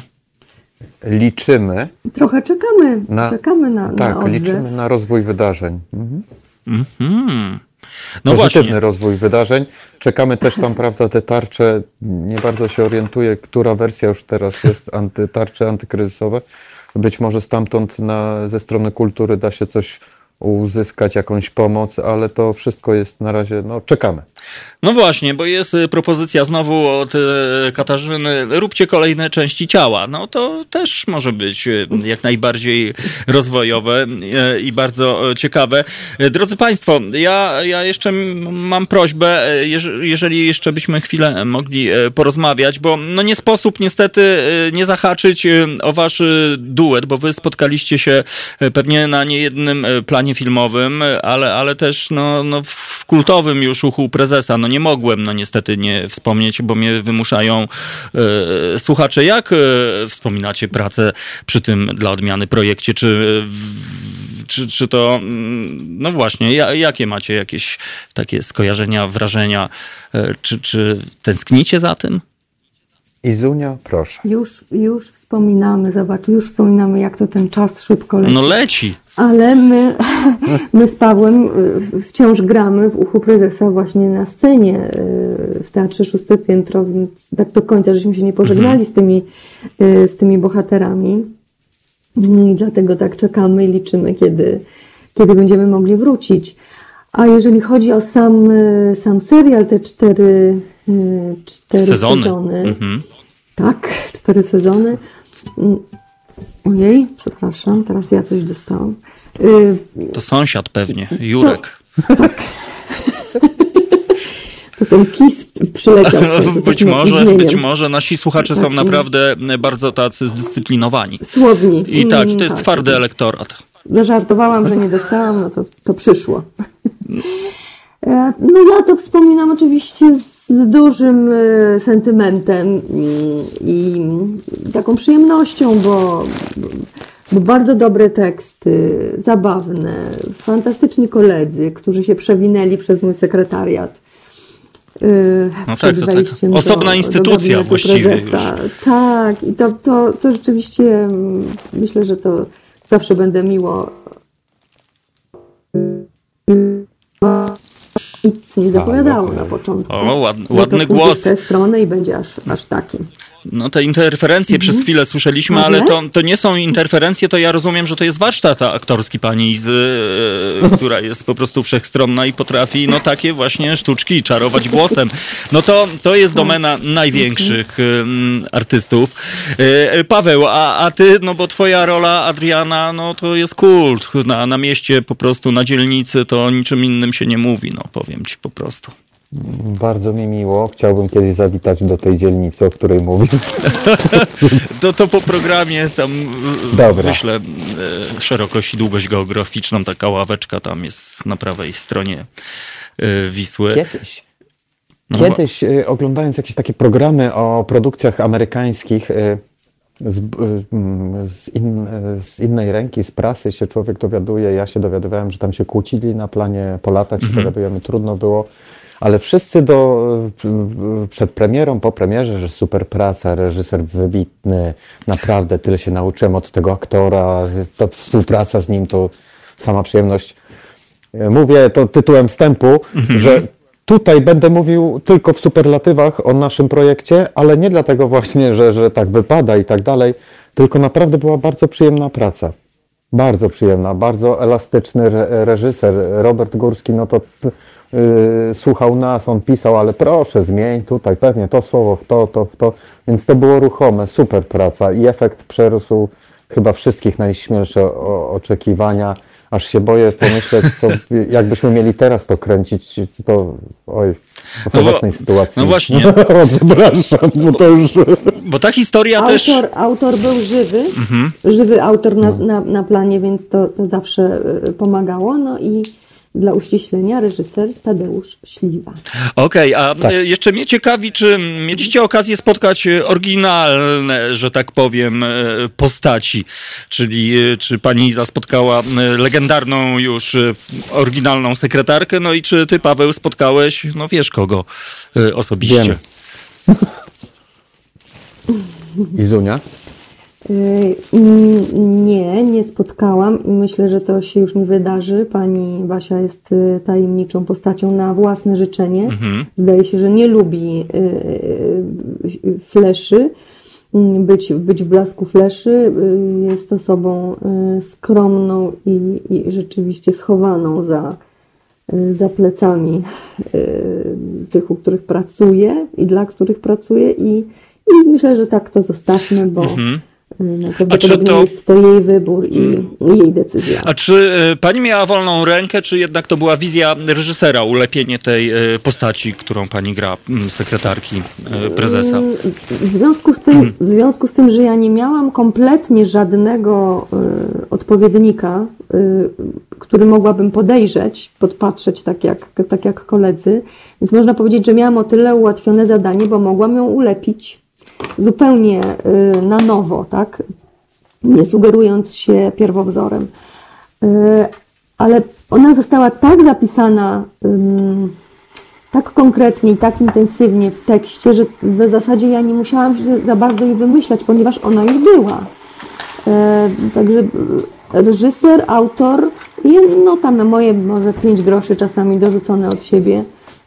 Liczymy. Trochę czekamy. Na, czekamy na, tak, na odzew. liczymy na rozwój wydarzeń. Mhm. Mm-hmm. No Pozytywny właśnie. rozwój wydarzeń. Czekamy też tam, prawda, te tarcze. Nie bardzo się orientuję, która wersja już teraz jest anty, tarcze antykryzysowe. Być może stamtąd na, ze strony kultury da się coś uzyskać, jakąś pomoc, ale to wszystko jest na razie, no czekamy. No właśnie, bo jest propozycja znowu od Katarzyny, róbcie kolejne części ciała. No to też może być jak najbardziej rozwojowe i bardzo ciekawe. Drodzy Państwo, ja, ja jeszcze mam prośbę, jeżeli jeszcze byśmy chwilę mogli porozmawiać, bo no nie sposób niestety nie zahaczyć o wasz duet, bo wy spotkaliście się pewnie na niejednym planie filmowym, ale, ale też no, no w kultowym już uchu prezesa. No nie mogłem, no niestety nie wspomnieć, bo mnie wymuszają e, słuchacze. Jak e, wspominacie pracę przy tym dla odmiany projekcie? Czy, czy, czy to, no właśnie, ja, jakie macie jakieś takie skojarzenia, wrażenia? E, czy, czy tęsknicie za tym? Izunia, proszę. Już, już wspominamy, zobacz, już wspominamy, jak to ten czas szybko leci. No leci. Ale my, my z Pawłem wciąż gramy w uchu prezesa właśnie na scenie w Teatrze Szóste Piętro, więc tak do końca żeśmy się nie pożegnali z tymi, z tymi bohaterami. I dlatego tak czekamy i liczymy, kiedy, kiedy będziemy mogli wrócić. A jeżeli chodzi o sam, sam serial, te cztery, cztery sezony, sezony mhm. tak, cztery sezony. Ojej, przepraszam, teraz ja coś dostałam. To sąsiad pewnie, Jurek. To, tak. To ten kis przyleciał. Być może, być może. Nasi słuchacze tak, są naprawdę bardzo tacy zdyscyplinowani. Słowni. I tak, i to jest tak, twardy elektorat. Zażartowałam, że nie dostałam, no to, to przyszło. No ja to wspominam oczywiście z dużym sentymentem i, i taką przyjemnością, bo, bo bardzo dobre teksty, zabawne, fantastyczni koledzy, którzy się przewinęli przez mój sekretariat. No tak, to tak. Osobna do, instytucja do właściwie już. Tak, i to, to, to rzeczywiście myślę, że to zawsze będę miło nic nie zapowiadało na początku. O, ładny, ładny głos. W tę stronę i będzie aż, aż taki. No te interferencje mhm. przez chwilę słyszeliśmy, mhm. ale to, to nie są interferencje, to ja rozumiem, że to jest warsztat aktorski pani Izy, e, która jest po prostu wszechstronna i potrafi no takie właśnie sztuczki czarować głosem. No to, to jest domena największych e, artystów. E, Paweł, a, a ty, no bo twoja rola Adriana, no to jest kult. Na, na mieście po prostu, na dzielnicy to o niczym innym się nie mówi, no powiem ci po prostu. Bardzo mi miło. Chciałbym kiedyś zawitać do tej dzielnicy, o której mówię. to, to po programie tam Dobra. wyślę e, szerokość i długość geograficzną. Taka ławeczka tam jest na prawej stronie e, Wisły. Kiedyś. No, Kiedyś e, oglądając jakieś takie programy o produkcjach amerykańskich e, z, e, z, in, e, z innej ręki, z prasy się człowiek dowiaduje. Ja się dowiadywałem, że tam się kłócili na planie, po latach się mhm. dowiadujemy, trudno było. Ale wszyscy do, przed premierą, po premierze, że super praca, reżyser wybitny, naprawdę tyle się nauczyłem od tego aktora, ta współpraca z nim to sama przyjemność. Mówię to tytułem wstępu, mhm. że tutaj będę mówił tylko w superlatywach o naszym projekcie, ale nie dlatego właśnie, że, że tak wypada i tak dalej, tylko naprawdę była bardzo przyjemna praca. Bardzo przyjemna, bardzo elastyczny re- reżyser. Robert Górski, no to yy, słuchał nas, on pisał, ale proszę zmień tutaj, pewnie to słowo w to, to w to. Więc to było ruchome, super praca i efekt przerósł chyba wszystkich najśmielsze o- oczekiwania. Aż się boję pomyśleć, co, jakbyśmy mieli teraz to kręcić, to oj, w obecnej no, sytuacji. No właśnie. O, przepraszam, bo to już... Bo ta historia autor, też... Autor był żywy, mhm. żywy autor na, na, na planie, więc to, to zawsze pomagało. No i dla uściślenia reżyser Tadeusz Śliwa. Okej, okay, a tak. jeszcze mnie ciekawi, czy mieliście okazję spotkać oryginalne, że tak powiem, postaci, czyli czy pani Iza spotkała legendarną już oryginalną sekretarkę, no i czy ty, Paweł, spotkałeś, no wiesz kogo osobiście? Wiem. Izunia? Nie, nie spotkałam i myślę, że to się już nie wydarzy. Pani Basia jest tajemniczą postacią na własne życzenie. Mhm. Zdaje się, że nie lubi fleszy, być, być w blasku fleszy. Jest osobą skromną i, i rzeczywiście schowaną za, za plecami tych, u których pracuje i dla których pracuje i, i myślę, że tak to zostawmy, bo mhm. Prawdopodobnie to... jest to jej wybór i hmm. jej decyzja. A czy pani miała wolną rękę, czy jednak to była wizja reżysera, ulepienie tej postaci, którą pani gra, sekretarki prezesa? W związku z tym, w związku z tym, że ja nie miałam kompletnie żadnego y, odpowiednika, y, który mogłabym podejrzeć, podpatrzeć tak jak, tak jak koledzy, więc można powiedzieć, że miałam o tyle ułatwione zadanie, bo mogłam ją ulepić zupełnie y, na nowo, tak? Nie sugerując się pierwowzorem. Y, ale ona została tak zapisana y, tak konkretnie i tak intensywnie w tekście, że w zasadzie ja nie musiałam za bardzo jej wymyślać, ponieważ ona już była. Y, także reżyser, autor i no tam moje może pięć groszy czasami dorzucone od siebie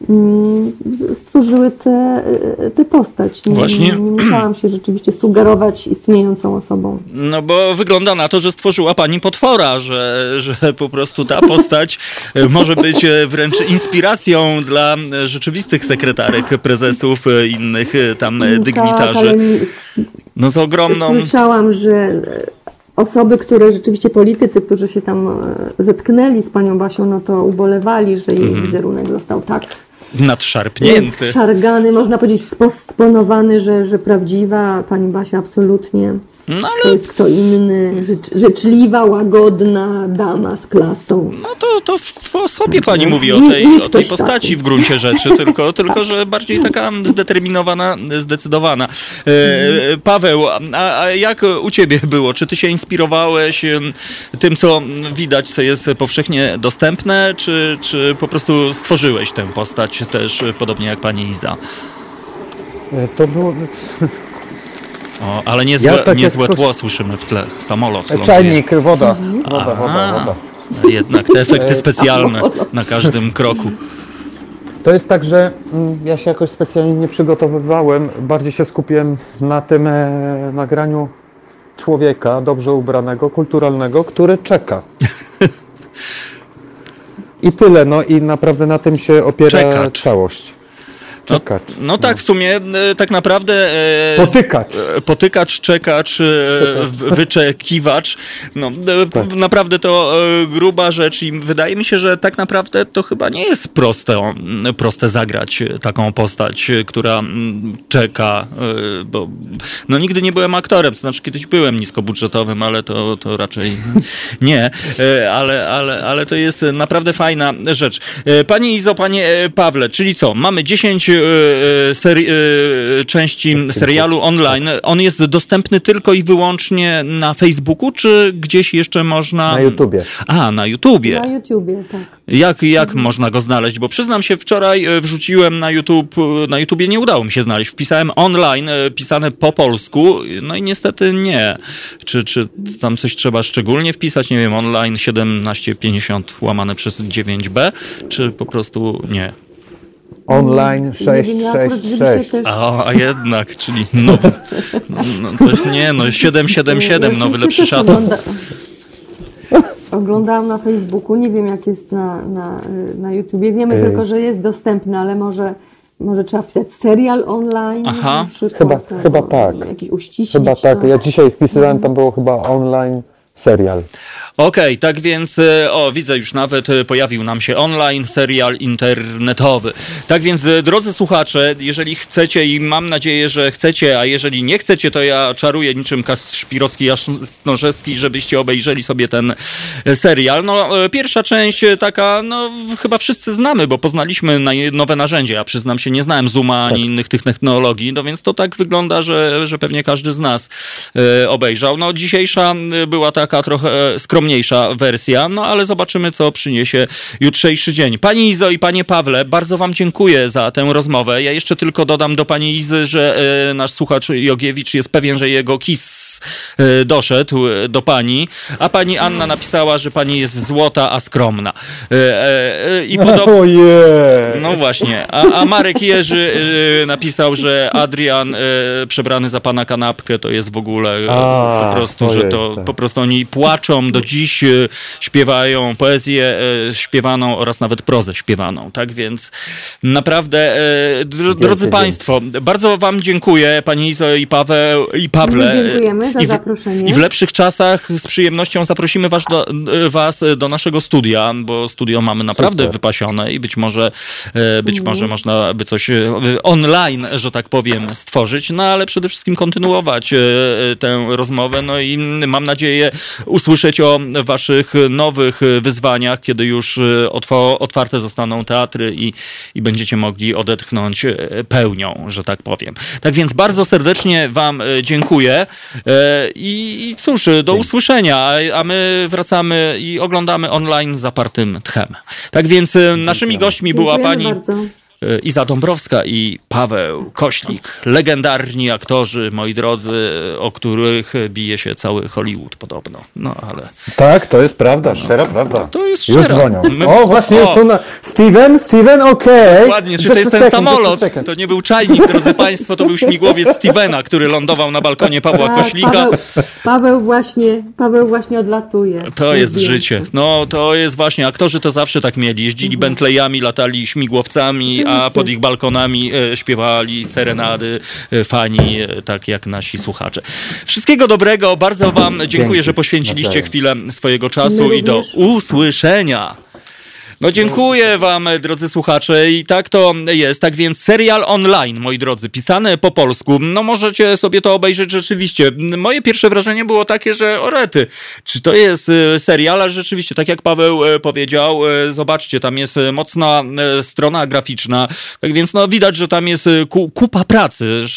stworzyły tę te, te postać. Nie, Właśnie. Nie, nie musiałam się rzeczywiście sugerować istniejącą osobą. No bo wygląda na to, że stworzyła pani potwora, że, że po prostu ta postać może być wręcz inspiracją dla rzeczywistych sekretarek, prezesów, innych tam dygnitarzy. Tak, no z ogromną... Słyszałam, że osoby, które rzeczywiście politycy, którzy się tam zetknęli z panią Basią, no to ubolewali, że jej mm. wizerunek został tak nadszarpnięty. Szargany, można powiedzieć sposponowany, że, że prawdziwa pani Basia absolutnie no ale... to jest kto inny, życz, życzliwa, łagodna dama z klasą. No to, to w osobie pani mówi o tej, o tej postaci taki. w gruncie rzeczy, tylko, tylko że bardziej taka zdeterminowana, zdecydowana. E, Paweł, a, a jak u ciebie było? Czy ty się inspirowałeś tym, co widać, co jest powszechnie dostępne, czy, czy po prostu stworzyłeś tę postać też podobnie jak pani Iza? To było... O, ale niezłe, ja tak niezłe tło kos... słyszymy w tle. Samolot. Czajnik, ląduje. woda. Woda, woda, woda. Jednak te efekty specjalne na każdym kroku. To jest tak, że mm, ja się jakoś specjalnie nie przygotowywałem, bardziej się skupiłem na tym e, nagraniu człowieka dobrze ubranego, kulturalnego, który czeka. I tyle, no i naprawdę na tym się opiera Czekacz. całość. Czekacz. No, no tak, w sumie e, tak naprawdę... E, Potykacz. e, Potykacz, czekacz, e, w- wyczekiwacz. No, e, Tak. naprawdę to e, gruba rzecz i wydaje mi się, że tak naprawdę to chyba nie jest proste, o, proste zagrać taką postać, która mm, czeka, e, bo no nigdy nie byłem aktorem, to znaczy kiedyś byłem niskobudżetowym, ale to, to raczej nie, e, ale, ale, ale to jest naprawdę fajna rzecz. E, Pani Izo, panie e, Pawle, czyli co, mamy dziesięć Seri- części serialu online. On jest dostępny tylko i wyłącznie na Facebooku, czy gdzieś jeszcze można... Na YouTubie. A, na YouTubie. Na YouTubie, tak. Jak, jak można go znaleźć? Bo przyznam się, wczoraj e, wrzuciłem na YouTube, e, na YouTubie nie udało mi się znaleźć. Wpisałem online, e, pisane po polsku, no i niestety nie. Czy, czy tam coś trzeba szczególnie wpisać? Nie wiem, online siedemnaście pięćdziesiąt łamane przez dziewięć B, czy po prostu nie? Online Nie sześć wiem, ja sześć akurat sześć. Tak. żebyście też- A, a jednak, czyli nowy, no, to jest, nie no, siedem siedem siedem, nowy Rzeczywiście lepszy też szaton. ogląda- Oglądałam na Facebooku, nie wiem jak jest na, na, na YouTubie. Wiemy Ej. tylko, że jest dostępny, ale może, może trzeba wpisać serial online. Aha. Na przykład, Chyba- albo chyba tak. Jakiś uściślić. Chyba tak, to. ja dzisiaj wpisywałem, tam było chyba online serial. Okej, tak więc, e, o, widzę już nawet, e, pojawił nam się online serial internetowy. Tak więc, e, drodzy słuchacze, jeżeli chcecie i mam nadzieję, że chcecie, a jeżeli nie chcecie, to ja czaruję niczym Kaszpirowski Jasnorzewski, żebyście obejrzeli sobie ten e, serial. No, e, pierwsza część e, taka, no, w- chyba wszyscy znamy, bo poznaliśmy naj- nowe narzędzia. Ja przyznam się, nie znałem Zooma ani innych tych technologii, no więc to tak wygląda, że, że pewnie każdy z nas e, obejrzał. No, dzisiejsza e, była taka trochę e, skromniejsza wersja, no ale zobaczymy, co przyniesie jutrzejszy dzień. Pani Izo i panie Pawle, bardzo wam dziękuję za tę rozmowę. Ja jeszcze tylko dodam do pani Izy, że e, nasz słuchacz Jogiewicz jest pewien, że jego kiss e, doszedł e, do pani, a pani Anna napisała, że pani jest złota, a skromna. E, e, e, I podobnie... Ojej! No właśnie, a, a Marek Jerzy y, napisał, że Adrian y, przebrany za pana kanapkę to jest w ogóle y, A, po prostu, ojej, że to tak. po prostu oni płaczą do dziś, y, śpiewają poezję y, śpiewaną oraz nawet prozę śpiewaną, tak więc naprawdę, y, dr, drodzy dzięki. państwo, bardzo wam dziękuję, pani Izo i Paweł i Pawle. My dziękujemy za I w, zaproszenie. I w lepszych czasach z przyjemnością zaprosimy was do, was do naszego studia, bo studio mamy naprawdę Super. wypasione i być może e, być może można by coś e, online, że tak powiem, stworzyć, no ale przede wszystkim kontynuować e, tę rozmowę, no i mam nadzieję usłyszeć o waszych nowych wyzwaniach, kiedy już e, otwo, otwarte zostaną teatry i, i będziecie mogli odetchnąć e, pełnią, że tak powiem. Tak więc bardzo serdecznie wam e, dziękuję e, i, i cóż, do usłyszenia, a, a my wracamy i oglądamy online z zapartym tchem. Tak więc e, naszymi gośćmi była Dziękujemy pani bardzo. e, Iza Dąbrowska i Paweł Koślik. Legendarni aktorzy, moi drodzy, o których bije się cały Hollywood podobno. No ale Tak, to jest prawda, szczera prawda. to jest Już szczera. dzwonią. My- O, właśnie o. jest tu na... Steven, Steven, okej. Ładnie, czy Just to jest a ten second, samolot? just a second. To nie był czajnik, drodzy państwo, to był śmigłowiec Stevena, który lądował na balkonie Pawła Tak, Koślika. Paweł, Paweł, właśnie, Paweł właśnie odlatuje. To jest zdjęciu. życie. No to jest właśnie, aktorzy to zawsze tak mieli. Jeździli Bentleyami, latali śmigłowcami, a pod ich balkonami e, śpiewali serenady e, fani, e, tak jak nasi słuchacze. Wszystkiego dobrego, bardzo wam dziękuję, Dzięki. że poświęciliście Nawzajem. chwilę swojego czasu My i do również. usłyszenia. No dziękuję wam, drodzy słuchacze, i tak to jest. Tak więc serial online, moi drodzy, pisany po polsku. No możecie sobie to obejrzeć rzeczywiście. Moje pierwsze wrażenie było takie, że o rety, czy to jest e, serial, ale rzeczywiście, tak jak Paweł e, powiedział, e, zobaczcie, tam jest e, mocna e, strona graficzna, tak więc no widać, że tam jest e, ku, kupa pracy. Sz-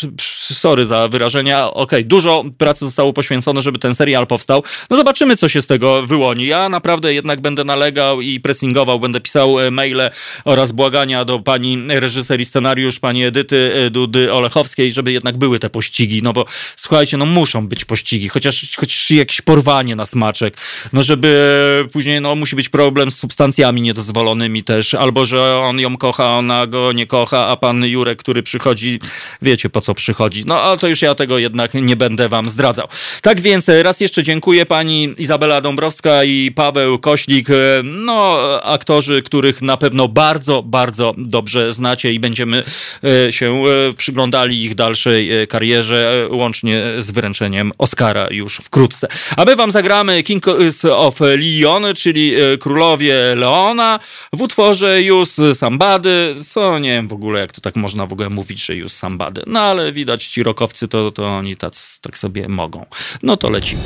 sorry za wyrażenia, okej, okay, dużo pracy zostało poświęcone, żeby ten serial powstał. No zobaczymy, co się z tego wyłoni. Ja naprawdę jednak będę nalegał i pressingował, będę pisał maile oraz błagania do pani reżyser i scenariusz, pani Edyty Dudy Olechowskiej, żeby jednak były te pościgi, no bo słuchajcie, no muszą być pościgi, chociaż, chociaż jakieś porwanie na smaczek, no żeby później, no musi być problem z substancjami niedozwolonymi też, albo że on ją kocha, ona go nie kocha, a pan Jurek, który przychodzi, wiecie po co przychodzi. No ale to już ja tego jednak nie będę wam zdradzał. Tak więc raz jeszcze dziękuję pani Izabela Dąbrowska i Paweł Koślik, no aktorzy, których na pewno bardzo, bardzo dobrze znacie i będziemy się przyglądali ich dalszej karierze, łącznie z wręczeniem Oscara już wkrótce. A my wam zagramy Kings of Leon, czyli Królowie Leona w utworze Use Somebody, co nie wiem w ogóle jak to tak można w ogóle mówić, że Use Somebody. No ale widać ci rockowcy to, to oni tak, tak sobie mogą. No to lecimy.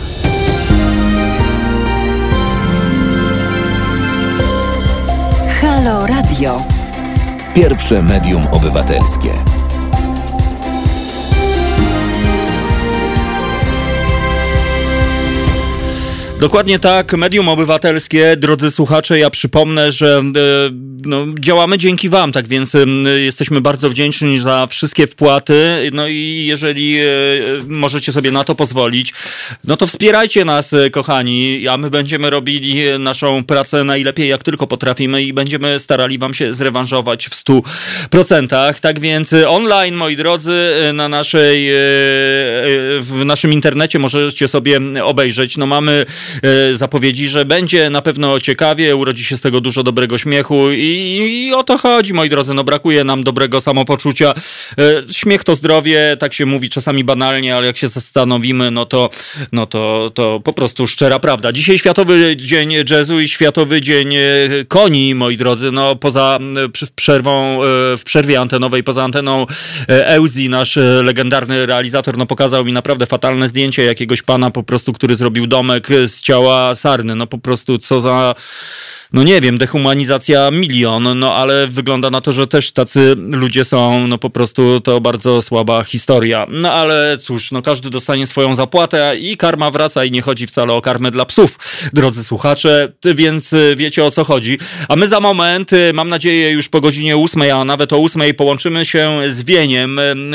Halo Radio. Pierwsze medium obywatelskie. Dokładnie tak, medium obywatelskie, drodzy słuchacze, ja przypomnę, że no, działamy dzięki wam, tak więc jesteśmy bardzo wdzięczni za wszystkie wpłaty, no i jeżeli możecie sobie na to pozwolić, no to wspierajcie nas, kochani, a my będziemy robili naszą pracę najlepiej jak tylko potrafimy i będziemy starali wam się zrewanżować w stu procentach, tak więc online, moi drodzy, na naszej, w naszym internecie możecie sobie obejrzeć, no mamy zapowiedzi, że będzie na pewno ciekawie, urodzi się z tego dużo dobrego śmiechu i, i o to chodzi, moi drodzy, no brakuje nam dobrego samopoczucia. Śmiech to zdrowie, tak się mówi czasami banalnie, ale jak się zastanowimy, no to, no to, to po prostu szczera prawda. Dzisiaj Światowy Dzień Jazzu i Światowy Dzień Koni, moi drodzy, no poza przerwą, w przerwie antenowej, poza anteną Euzi, nasz legendarny realizator, no pokazał mi naprawdę fatalne zdjęcie jakiegoś pana po prostu, który zrobił domek z ciała sarny, no po prostu co za, no nie wiem, dehumanizacja milion, no ale wygląda na to, że też tacy ludzie są, no po prostu to bardzo słaba historia. No ale cóż, no każdy dostanie swoją zapłatę i karma wraca i nie chodzi wcale o karmę dla psów, drodzy słuchacze, więc wiecie o co chodzi. A my za moment, mam nadzieję już po godzinie ósmej, a nawet o ósmej połączymy się z Wieniem.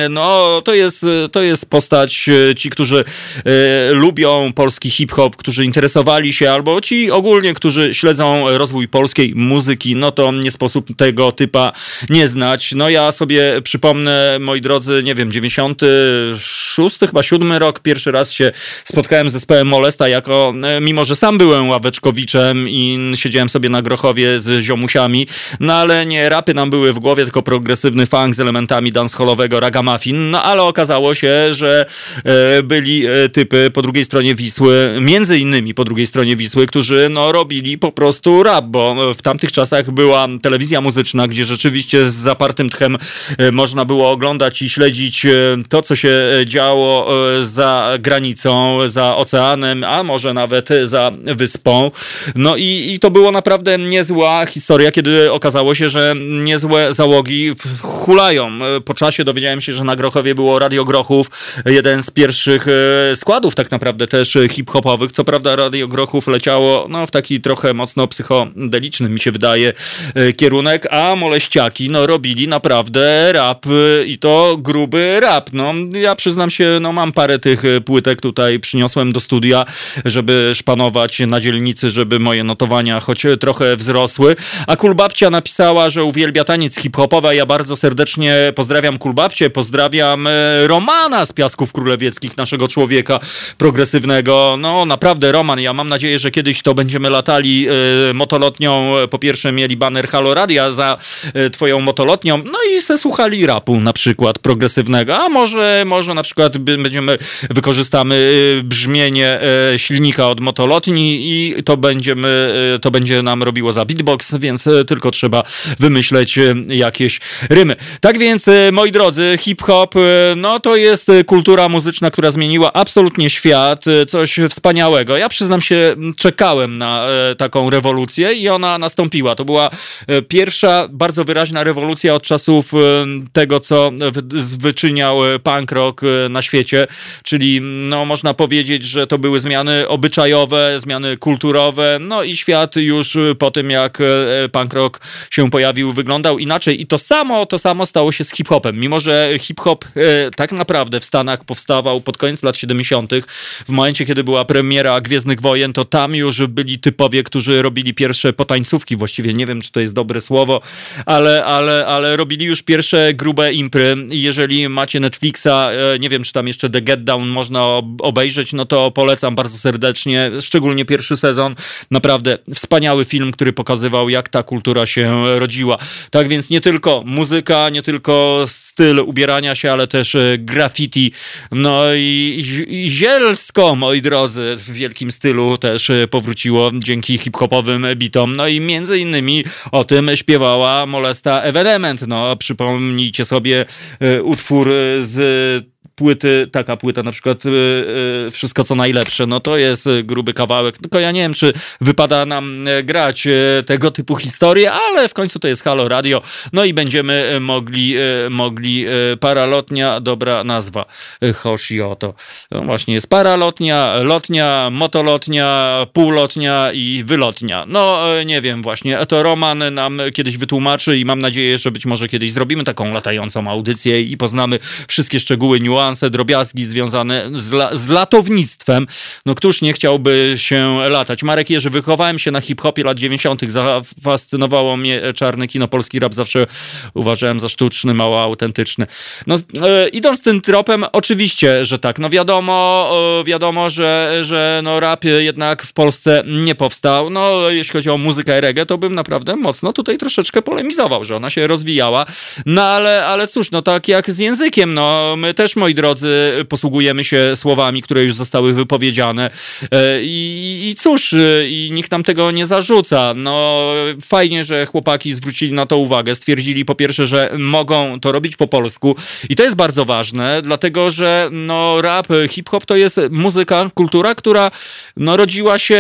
No to jest, to jest postać, ci, którzy y, lubią polski hip-hop, którzy interesowali się, albo ci ogólnie, którzy śledzą rozwój polskiej muzyki, no to nie sposób tego typa nie znać. No ja sobie przypomnę, moi drodzy, nie wiem, dziewięćdziesiąty szósty, chyba siódmy rok, pierwszy raz się spotkałem z zespołem Molesta jako, mimo że sam byłem ławeczkowiczem i siedziałem sobie na Grochowie z ziomusiami, no ale nie rapy nam były w głowie, tylko progresywny funk z elementami dancehallowego ragamuffin, no ale okazało się, że e, byli e, typy po drugiej stronie Wisły, między innymi po drugiej stronie Wisły, którzy no robili po prostu rap, bo w tamtych czasach była telewizja muzyczna, gdzie rzeczywiście z zapartym tchem można było oglądać i śledzić to, co się działo za granicą, za oceanem, a może nawet za wyspą. No i, i to było naprawdę niezła historia, kiedy okazało się, że niezłe załogi hulają. Po czasie dowiedziałem się, że na Grochowie było Radio Grochów, jeden z pierwszych składów tak naprawdę też hip-hopowych. Co prawda Radio Grochów leciało no, w taki trochę mocno psychodeliczny, mi się wydaje, kierunek, a Moleściaki no, robili naprawdę rap i to gruby rap. No, ja przyznam się, no mam parę tych płytek tutaj przyniosłem do studia, żeby szpanować na dzielnicy, żeby moje notowania choć trochę wzrosły. A Kulbabcia napisała, że uwielbia taniec hip-hopowy. Ja bardzo serdecznie pozdrawiam Kulbabcię, pozdrawiam Romana z Piasków Królewieckich, naszego człowieka progresywnego. No naprawdę Roman, ja mam nadzieję, że kiedyś to będziemy latali yy, motolotnią. Po pierwsze mieli baner Halo Radia za yy, twoją motolotnią, no i se słuchali rapu na przykład progresywnego, a może, może na przykład będziemy, wykorzystamy yy, brzmienie yy, silnika od motolotni i to będziemy, yy, to będzie nam robiło za beatbox, więc yy, tylko trzeba wymyśleć yy, jakieś rymy. Tak więc, yy, moi drodzy, hip-hop, yy, no to jest kultura muzyczna, która zmieniła absolutnie świat, yy, coś wspaniałego. Ja przyznam się, czekałem na yy, taką rewolucję ludzie i ona nastąpiła. To była pierwsza bardzo wyraźna rewolucja od czasów tego, co wyczyniał punk rock na świecie, czyli no można powiedzieć, że to były zmiany obyczajowe, zmiany kulturowe, no i świat już po tym, jak punk rock się pojawił, wyglądał inaczej i to samo, to samo stało się z hip-hopem, mimo że hip-hop tak naprawdę w Stanach powstawał pod koniec lat siedemdziesiątych. W momencie, kiedy była premiera Gwiezdnych Wojen, to tam już byli typowie, którzy robili pierwsze potańcówki, właściwie nie wiem, czy to jest dobre słowo, ale, ale, ale robili już pierwsze grube impry i jeżeli macie Netflixa, nie wiem, czy tam jeszcze The Get Down można obejrzeć, no to polecam bardzo serdecznie, szczególnie pierwszy sezon, naprawdę wspaniały film, który pokazywał, jak ta kultura się rodziła. Tak więc nie tylko muzyka, nie tylko styl ubierania się, ale też graffiti, no i, i zielsko, moi drodzy, w wielkim stylu też powróciło dzięki hip-hopowym bitom, no i między innymi o tym śpiewała Molesta Evenement, no przypomnijcie sobie y, utwór z płyty, taka płyta na przykład yy, yy, Wszystko co najlepsze, no to jest gruby kawałek, tylko ja nie wiem, czy wypada nam grać yy, tego typu historie, ale w końcu to jest Halo Radio, no i będziemy mogli, yy, mogli yy, paralotnia, dobra nazwa, yy, Hoshioto. No właśnie jest paralotnia, lotnia, motolotnia, półlotnia i wylotnia. No yy, nie wiem właśnie, to Roman nam kiedyś wytłumaczy i mam nadzieję, że być może kiedyś zrobimy taką latającą audycję i poznamy wszystkie szczegóły, niuanse, drobiazgi związane z, la- z latownictwem. No któż nie chciałby się latać? Marek Jerzy, wychowałem się na hip-hopie lat dziewięćdziesiątych. Zafascynowało mnie czarne kino, polski rap zawsze uważałem za sztuczny, mało autentyczny. No e, idąc tym tropem, oczywiście, że tak. No wiadomo, e, wiadomo, że, że no rap jednak w Polsce nie powstał. No jeśli chodzi o muzykę reggae, to bym naprawdę mocno tutaj troszeczkę polemizował, że ona się rozwijała. No ale, ale cóż, no tak jak z językiem, no my też, moi drodzy, posługujemy się słowami, które już zostały wypowiedziane i, i cóż, i nikt nam tego nie zarzuca. No fajnie, że chłopaki zwrócili na to uwagę, stwierdzili po pierwsze, że mogą to robić po polsku i to jest bardzo ważne, dlatego, że no rap, hip-hop to jest muzyka, kultura, która no rodziła się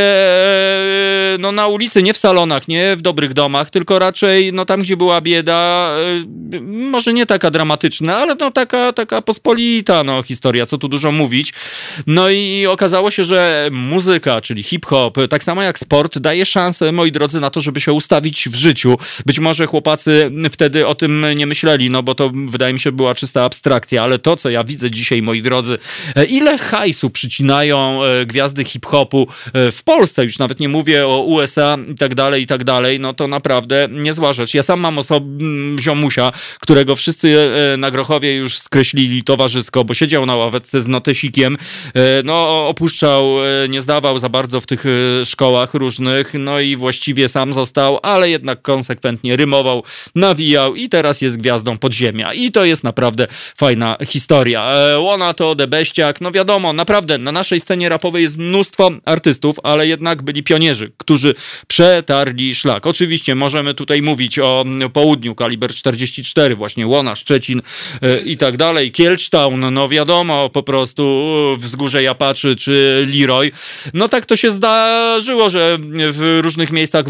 no na ulicy, nie w salonach, nie w dobrych domach, tylko raczej no tam, gdzie była bieda, może nie taka dramatyczna, ale no taka, taka pospolita no, historia, co tu dużo mówić. No i okazało się, że muzyka, czyli hip-hop, tak samo jak sport, daje szansę, moi drodzy, na to, żeby się ustawić w życiu. Być może chłopacy wtedy o tym nie myśleli, no bo to wydaje mi się była czysta abstrakcja, ale to, co ja widzę dzisiaj, moi drodzy, ile hajsu przycinają gwiazdy hip-hopu w Polsce, już nawet nie mówię o U S A i tak dalej, i tak dalej, no to naprawdę niezła rzecz. Ja sam mam osob... ziomusia, którego wszyscy na Grochowie już skreślili towarzysko, bo siedział na ławeczce z notesikiem, no opuszczał, nie zdawał za bardzo w tych szkołach różnych, no i właściwie sam został, ale jednak konsekwentnie rymował, nawijał i teraz jest gwiazdą podziemia. I to jest naprawdę fajna historia. Łona to Debeściak, no wiadomo, naprawdę na naszej scenie rapowej jest mnóstwo artystów, ale jednak byli pionierzy, którzy przetarli szlak. Oczywiście możemy tutaj mówić o południu, kaliber czterdzieści cztery, właśnie Łona, Szczecin i tak dalej, Kielcztown, no wiadomo, po prostu Wzgórze Japaczy czy Leroy. No tak to się zdarzyło, że w różnych miejscach w,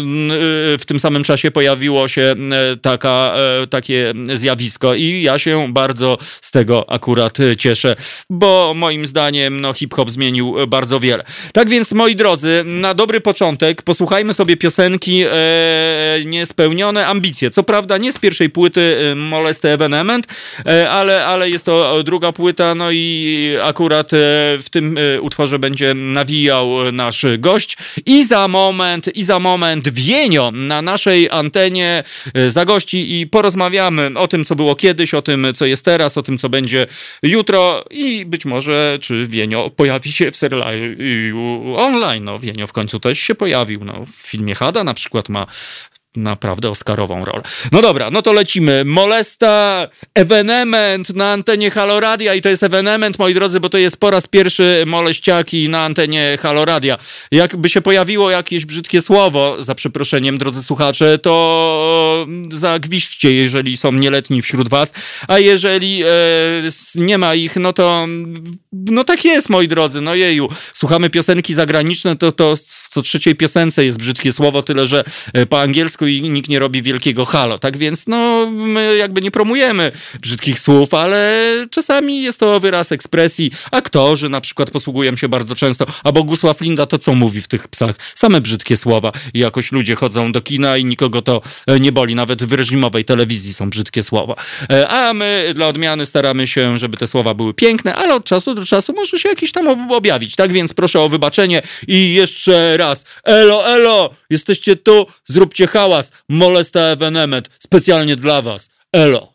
w, w tym samym czasie pojawiło się taka, takie zjawisko i ja się bardzo z tego akurat cieszę, bo moim zdaniem no, hip-hop zmienił bardzo wiele. Tak więc, moi drodzy, na dobry początek posłuchajmy sobie piosenki e, Niespełnione ambicje. Co prawda nie z pierwszej płyty Molesty Evenement, e, ale, ale jest to druga płyta, no i akurat w tym utworze będzie nawijał nasz gość i za moment, i za moment Wienio na naszej antenie zagości i porozmawiamy o tym, co było kiedyś, o tym, co jest teraz, o tym, co będzie jutro i być może, czy Wienio pojawi się w serialu online. No, Wienio w końcu też się pojawił. No, w filmie Hada na przykład ma naprawdę oscarową rolę. No dobra, no to lecimy. Molesta, ewenement na antenie Halo Radia i to jest ewenement, moi drodzy, bo to jest po raz pierwszy moleściaki na antenie Halo Radia. Jakby się pojawiło jakieś brzydkie słowo, za przeproszeniem, drodzy słuchacze, to zagwizdźcie, jeżeli są nieletni wśród was, a jeżeli e, nie ma ich, no to no tak jest, moi drodzy, no jeju. Słuchamy piosenki zagraniczne, to, to w co trzeciej piosence jest brzydkie słowo, tyle że po angielsku i nikt nie robi wielkiego halo, tak więc no my jakby nie promujemy brzydkich słów, ale czasami jest to wyraz ekspresji. Aktorzy na przykład posługują się bardzo często, a Bogusław Linda to co mówi w tych psach? Same brzydkie słowa i jakoś ludzie chodzą do kina i nikogo to nie boli, nawet w reżimowej telewizji są brzydkie słowa. A my dla odmiany staramy się, żeby te słowa były piękne, ale od czasu do czasu może się jakiś tam objawić, tak więc proszę o wybaczenie i jeszcze raz, elo, elo, jesteście tu, zróbcie hałas, molesta ewenement, specjalnie dla was, elo.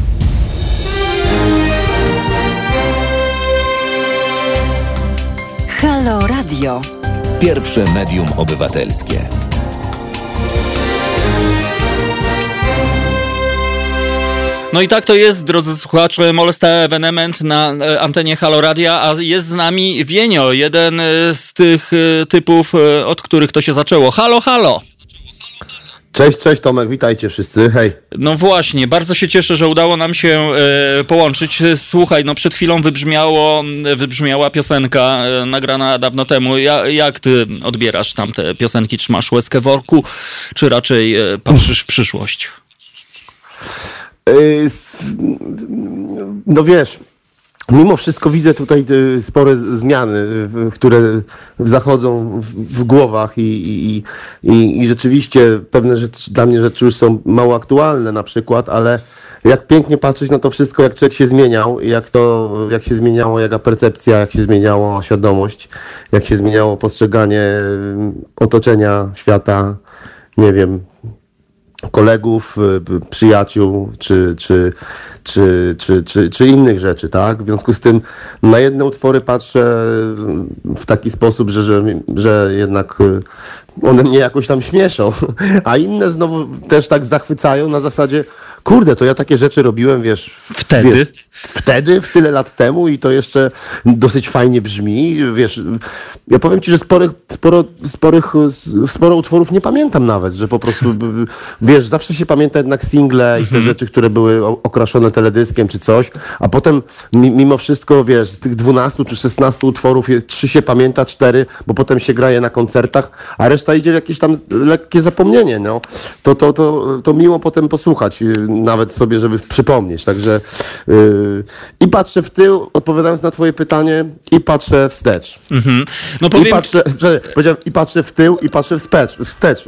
Halo Radio. Pierwsze medium obywatelskie. No i tak to jest, drodzy słuchacze, molesta ewenement na antenie Halo Radia, a jest z nami Wienio, jeden z tych typów, od których to się zaczęło. Halo, halo! Cześć, cześć Tomek, witajcie wszyscy, hej. No właśnie, bardzo się cieszę, że udało nam się e, połączyć. Słuchaj, no przed chwilą wybrzmiało, wybrzmiała piosenka e, nagrana dawno temu. Ja, jak ty odbierasz tamte piosenki? Trzymasz łezkę w worku, czy raczej e, patrzysz w przyszłość? No wiesz, mimo wszystko widzę tutaj spore zmiany, które zachodzą w głowach i, i, i, i rzeczywiście pewne rzeczy, dla mnie rzeczy już są mało aktualne na przykład, ale jak pięknie patrzeć na to wszystko, jak człowiek się zmieniał, jak to, jak się zmieniało, jaka percepcja, jak się zmieniała świadomość, jak się zmieniało postrzeganie otoczenia, świata, nie wiem, kolegów, przyjaciół, czy, czy, czy, czy, czy, czy innych rzeczy, tak? W związku z tym na jedne utwory patrzę w taki sposób, że, że, że jednak one mnie jakoś tam śmieszą, a inne znowu też tak zachwycają na zasadzie, kurde, to ja takie rzeczy robiłem, wiesz... Wtedy? Wiesz, wtedy, w tyle lat temu i to jeszcze dosyć fajnie brzmi, wiesz, ja powiem ci, że sporych, sporo, sporych, sporo utworów nie pamiętam nawet, że po prostu, wiesz, zawsze się pamięta jednak single i te rzeczy, które były okraszone teledyskiem czy coś, a potem mimo wszystko, wiesz, z tych dwunastu czy szesnastu utworów trzy się pamięta, cztery, bo potem się graje na koncertach, a reszta idzie w jakieś tam lekkie zapomnienie, no. To, to, to, to miło potem posłuchać, nawet sobie, żeby przypomnieć, także yy, i patrzę w tył, odpowiadając na twoje pytanie, i patrzę wstecz. Mm-hmm. No powiem... I patrzę, że, powiedziałem, i patrzę w tył, i patrzę wstecz, wstecz,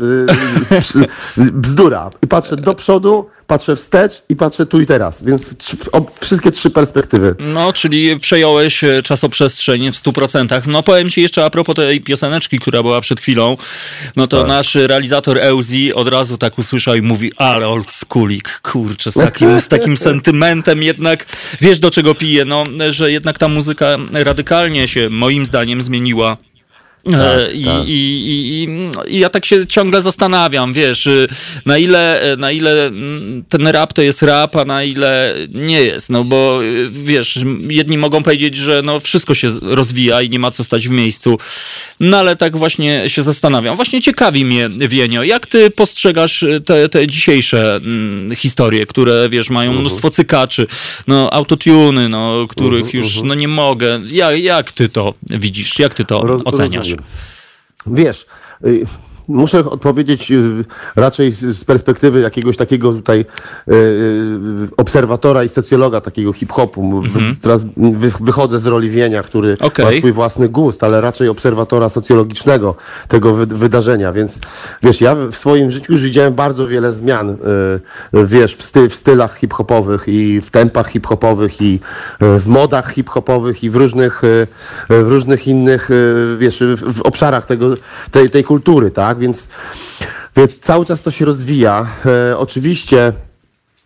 yy, bzdura. I patrzę do przodu, patrzę wstecz i patrzę tu i teraz, więc tr- o, wszystkie trzy perspektywy. No, czyli przejąłeś czasoprzestrzeń w stu procentach. No powiem ci jeszcze a propos tej pioseneczki, która była przed chwilą, no to tak. Nasz realizator Euzi od razu tak usłyszał i mówi, ale old schoolik, kurczę, z takim, z takim sentymentem jednak, wiesz do czego pije, no, że jednak ta muzyka radykalnie się moim zdaniem zmieniła. Tak, I, tak. I, i, i, I ja tak się ciągle zastanawiam, wiesz, na ile, na ile ten rap to jest rap, a na ile nie jest, no bo wiesz, jedni mogą powiedzieć, że no wszystko się rozwija i nie ma co stać w miejscu, no ale tak właśnie się zastanawiam. Właśnie ciekawi mnie, Wienio, jak ty postrzegasz te, te dzisiejsze mm, historie, które, wiesz, mają mnóstwo cykaczy, no autotuny, no, których uh-huh, już, uh-huh. no nie mogę. Ja, jak ty to widzisz, jak ty to Roz, oceniasz? Rozumiem. Wiesz, y- muszę odpowiedzieć raczej z perspektywy jakiegoś takiego tutaj yy, obserwatora i socjologa takiego hip-hopu. Mm-hmm. Teraz wy, wychodzę z roli Wienia, który okay. ma swój własny gust, ale raczej obserwatora socjologicznego tego wy, wydarzenia. Więc wiesz, ja w swoim życiu już widziałem bardzo wiele zmian, yy, wiesz, w, sty, w stylach hip-hopowych i w tempach hip-hopowych i yy, w modach hip-hopowych i w różnych, yy, w różnych innych, yy, wiesz, w, w obszarach tego, tej, tej kultury, tak? Więc, więc cały czas to się rozwija. E, oczywiście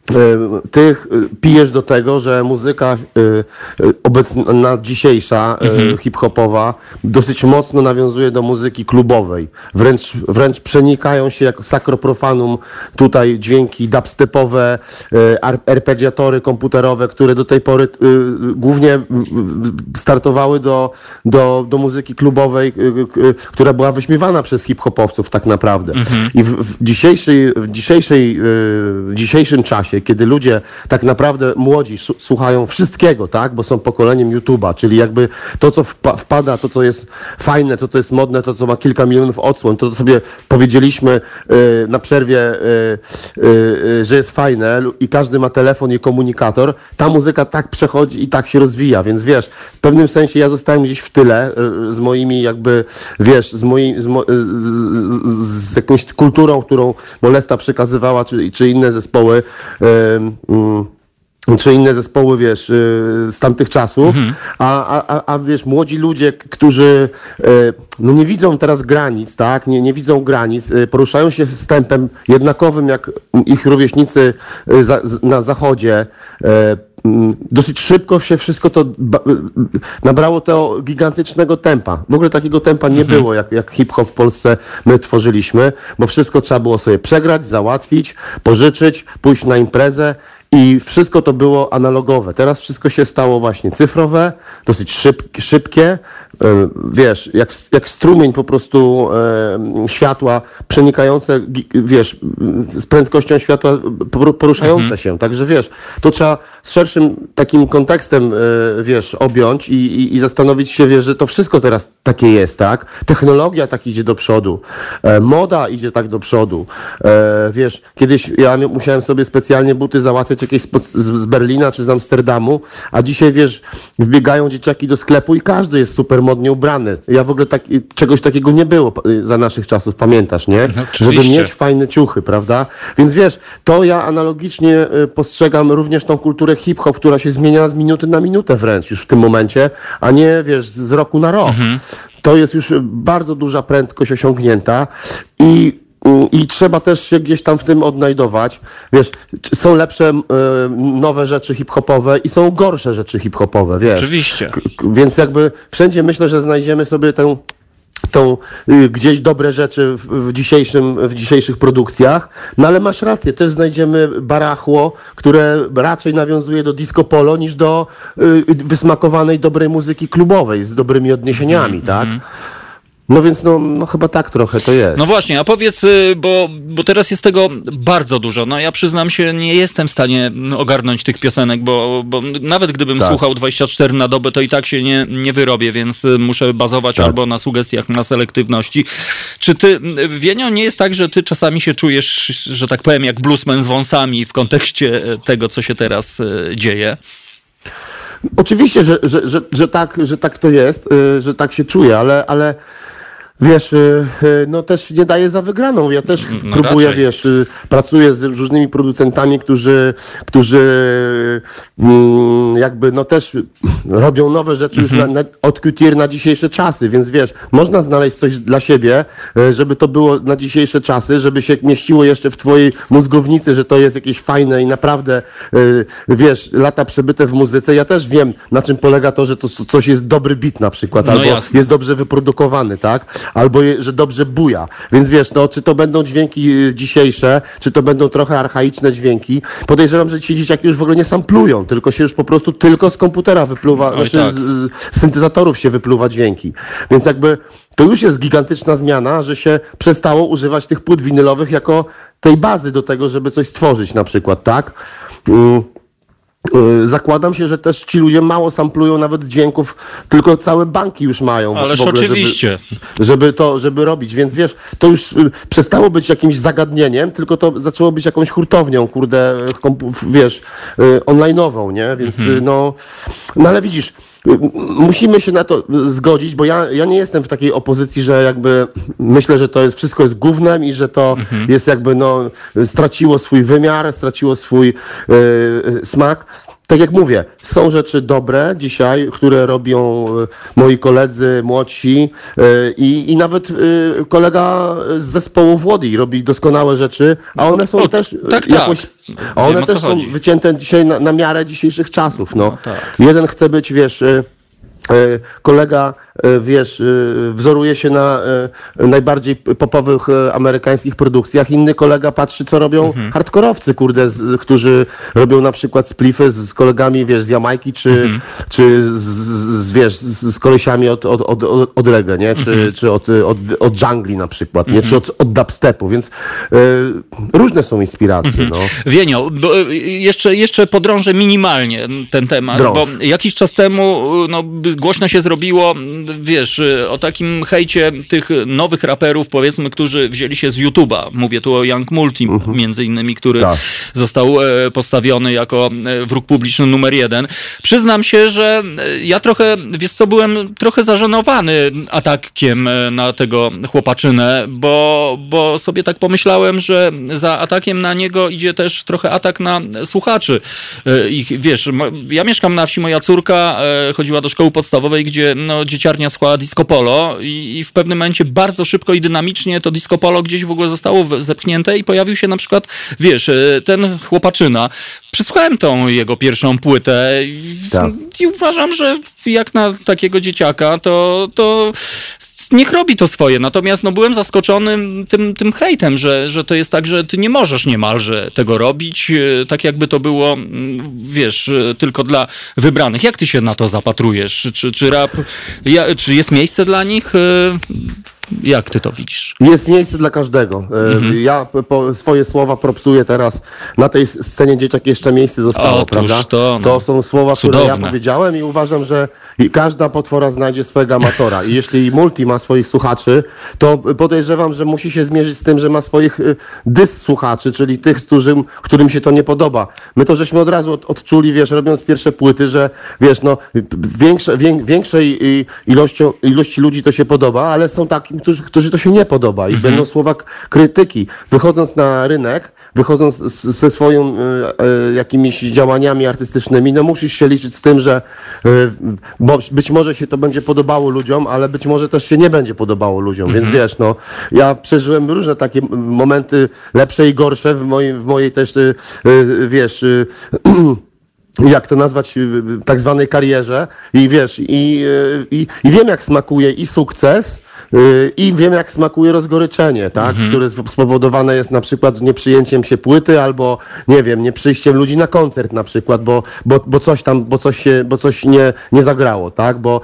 ty pijesz do tego, że muzyka obecna, dzisiejsza, mhm. hip-hopowa, dosyć mocno nawiązuje do muzyki klubowej. Wręcz, wręcz przenikają się jak sakroprofanum tutaj dźwięki dubstepowe, arpeggiatory komputerowe, które do tej pory głównie startowały do, do, do muzyki klubowej, która była wyśmiewana przez hip-hopowców tak naprawdę. Mhm. I w, w, dzisiejszej, w dzisiejszej, w dzisiejszym czasie, kiedy ludzie tak naprawdę młodzi słuchają wszystkiego, tak, bo są pokoleniem YouTube'a, czyli jakby to, co wpa- wpada, to, co jest fajne, to, co jest modne, to, co ma kilka milionów odsłon, to, co sobie powiedzieliśmy yy, na przerwie, yy, yy, że jest fajne i każdy ma telefon i komunikator, ta muzyka tak przechodzi i tak się rozwija, więc wiesz, w pewnym sensie ja zostałem gdzieś w tyle yy, z moimi jakby, wiesz, z, moi, z, mo- z, z, z jakąś kulturą, którą Molesta przekazywała, czy, czy inne zespoły, czy inne zespoły, wiesz, z tamtych czasów, mhm. a, a, a wiesz, młodzi ludzie, którzy no nie widzą teraz granic, tak, nie, nie widzą granic, poruszają się z tempem jednakowym jak ich rówieśnicy za, na zachodzie. Dosyć szybko się wszystko to nabrało tego gigantycznego tempa. W ogóle takiego tempa nie mhm. było, jak, jak hip-hop w Polsce my tworzyliśmy, bo wszystko trzeba było sobie przegrać, załatwić, pożyczyć, pójść na imprezę i wszystko to było analogowe. Teraz wszystko się stało właśnie cyfrowe, dosyć szyb, szybkie, wiesz, jak, jak strumień po prostu e, światła przenikające, wiesz, z prędkością światła poruszające mhm. się. Także wiesz, to trzeba z szerszym takim kontekstem, e, wiesz, objąć i, i, i zastanowić się, wiesz, że to wszystko teraz takie jest, tak? Technologia tak idzie do przodu, e, moda idzie tak do przodu. E, wiesz, kiedyś ja musiałem sobie specjalnie buty załatwiać jakieś z, z Berlina czy z Amsterdamu, a dzisiaj, wiesz, wbiegają dzieciaki do sklepu i każdy jest super modnie ubrany. Ja w ogóle tak, czegoś takiego nie było za naszych czasów, pamiętasz, nie? No, żeby mieć fajne ciuchy, prawda? Więc wiesz, to ja analogicznie postrzegam również tą kulturę hip-hop, która się zmienia z minuty na minutę wręcz już w tym momencie, a nie, wiesz, z roku na rok. Mhm. To jest już bardzo duża prędkość osiągnięta i I trzeba też się gdzieś tam w tym odnajdować. Wiesz, są lepsze y, nowe rzeczy hip-hopowe i są gorsze rzeczy hip-hopowe, wiesz. Oczywiście. K- więc jakby wszędzie myślę, że znajdziemy sobie tę tą y, gdzieś dobre rzeczy w, w, dzisiejszym, w dzisiejszych produkcjach, no ale masz rację, też znajdziemy barachło, które raczej nawiązuje do disco polo niż do y, wysmakowanej dobrej muzyki klubowej z dobrymi odniesieniami, mm-hmm. tak? No więc no, no chyba tak trochę to jest. No właśnie, a powiedz, bo, bo teraz jest tego bardzo dużo. No ja przyznam się, nie jestem w stanie ogarnąć tych piosenek, bo, bo nawet gdybym tak. słuchał dwadzieścia cztery na dobę, to i tak się nie, nie wyrobię, więc muszę bazować tak. albo na sugestiach, na selektywności. Czy ty, Wienio, nie jest tak, że ty czasami się czujesz, że tak powiem, jak bluesman z wąsami w kontekście tego, co się teraz dzieje? Oczywiście, że, że, że, że, tak, że tak to jest, że tak się czuję, ale, ale wiesz, no też nie daję za wygraną. Ja też no próbuję, raczej. wiesz, pracuję z różnymi producentami, którzy, którzy jakby no też robią nowe rzeczy już na, na, od couture na dzisiejsze czasy, więc wiesz, można znaleźć coś dla siebie, żeby to było na dzisiejsze czasy, żeby się mieściło jeszcze w twojej mózgownicy, że to jest jakieś fajne i naprawdę, wiesz, lata przebyte w muzyce. Ja też wiem, na czym polega to, że to coś jest dobry beat na przykład, no albo jasne. jest dobrze wyprodukowany, tak? Albo je, że dobrze buja. Więc wiesz, no, czy to będą dźwięki dzisiejsze, czy to będą trochę archaiczne dźwięki. Podejrzewam, że ci dzieciaki już w ogóle nie samplują, tylko się już po prostu tylko z komputera wypluwa, Oj, znaczy tak. z, z syntezatorów się wypluwa dźwięki. Więc jakby to już jest gigantyczna zmiana, że się przestało używać tych płyt winylowych jako tej bazy do tego, żeby coś stworzyć na przykład, tak? Mm. Zakładam się, że też ci ludzie mało samplują nawet dźwięków, tylko całe banki już mają. Ależ w ogóle, oczywiście. Żeby, żeby to, żeby robić, więc wiesz, to już przestało być jakimś zagadnieniem, tylko to zaczęło być jakąś hurtownią, kurde, wiesz, online'ową, nie? Więc mhm. no, no ale widzisz, musimy się na to zgodzić, bo ja, ja nie jestem w takiej opozycji, że jakby myślę, że to jest, wszystko jest gównem i że to mhm. jest jakby, no, straciło swój wymiar, straciło swój yy, smak. tak jak mówię, są rzeczy dobre dzisiaj, które robią moi koledzy młodsi i, i nawet kolega z zespołu Włody robi doskonałe rzeczy, a one są o, też tak, jakoś... tak. A one Wiem, też są chodzi. wycięte dzisiaj na, na miarę dzisiejszych czasów. No. No tak. Jeden chce być, wiesz... Kolega, wiesz, wzoruje się na najbardziej popowych amerykańskich produkcjach. Inny kolega patrzy, co robią mhm. hardkorowcy, kurde, z, którzy robią na przykład splify z, z kolegami, wiesz, z Jamajki, czy, mhm. czy z, z, wiesz, z, z kolesiami od, od, od, od, od reggae, nie? Czy, mhm. czy od, od, od dżungli na przykład, nie? Mhm. Czy od, od dubstepu, więc y, różne są inspiracje, mhm. no. Wienio, bo jeszcze, jeszcze podrążę minimalnie ten temat, Drąż. bo jakiś czas temu, no, głośno się zrobiło, wiesz, o takim hejcie tych nowych raperów, powiedzmy, którzy wzięli się z YouTube'a. Mówię tu o Young Multi, uh-huh. między innymi, który tak. został postawiony jako wróg publiczny numer jeden. Przyznam się, że ja trochę, wiesz co, byłem trochę zażenowany atakiem na tego chłopaczynę, bo, bo sobie tak pomyślałem, że za atakiem na niego idzie też trochę atak na słuchaczy. Ich, wiesz, ja mieszkam na wsi, moja córka chodziła do szkoły podstawowej, gdzie no, dzieciarnia słuchała disco polo i, i w pewnym momencie bardzo szybko i dynamicznie to disco polo gdzieś w ogóle zostało zepchnięte i pojawił się na przykład, wiesz, ten chłopaczyna. Przysłuchałem tą jego pierwszą płytę i, tak. i uważam, że jak na takiego dzieciaka, to, to niech robi to swoje. Natomiast no, byłem zaskoczony tym, tym hejtem, że, że to jest tak, że ty nie możesz niemalże tego robić, tak jakby to było, wiesz, tylko dla wybranych. Jak ty się na to zapatrujesz? Czy, czy rap, ja, czy jest miejsce dla nich? Jak ty to widzisz? Jest miejsce dla każdego. Mhm. Ja po swoje słowa propsuję teraz. Na tej scenie dzieciak jeszcze miejsce zostało, Otóż prawda? To, no, to są słowa, cudowne. które ja powiedziałem i uważam, że każda potwora znajdzie swojego amatora. I jeśli Multi ma swoich słuchaczy, to podejrzewam, że musi się zmierzyć z tym, że ma swoich dys słuchaczy, czyli tych, którym, którym się to nie podoba. My to żeśmy od razu od, odczuli, wiesz, robiąc pierwsze płyty, że wiesz, no, większe, wię, większej ilością, ilości ludzi to się podoba, ale są taki, Którzy, którzy to się nie podoba i mhm. będą słowa krytyki. Wychodząc na rynek, wychodząc z, ze swoimi e, jakimiś działaniami artystycznymi, no musisz się liczyć z tym, że e, bo być może się to będzie podobało ludziom, ale być może też się nie będzie podobało ludziom. Mhm. Więc wiesz, no, ja przeżyłem różne takie momenty lepsze i gorsze w mojej, w mojej też, e, wiesz... E, jak to nazwać, tak zwanej karierze i wiesz, i, i, i wiem jak smakuje i sukces, i wiem jak smakuje rozgoryczenie, tak, mhm. które spowodowane jest na przykład nieprzyjęciem się płyty albo, nie wiem, nieprzyjściem ludzi na koncert na przykład, bo, bo, bo coś tam, bo coś się, bo coś nie, nie zagrało, tak, bo,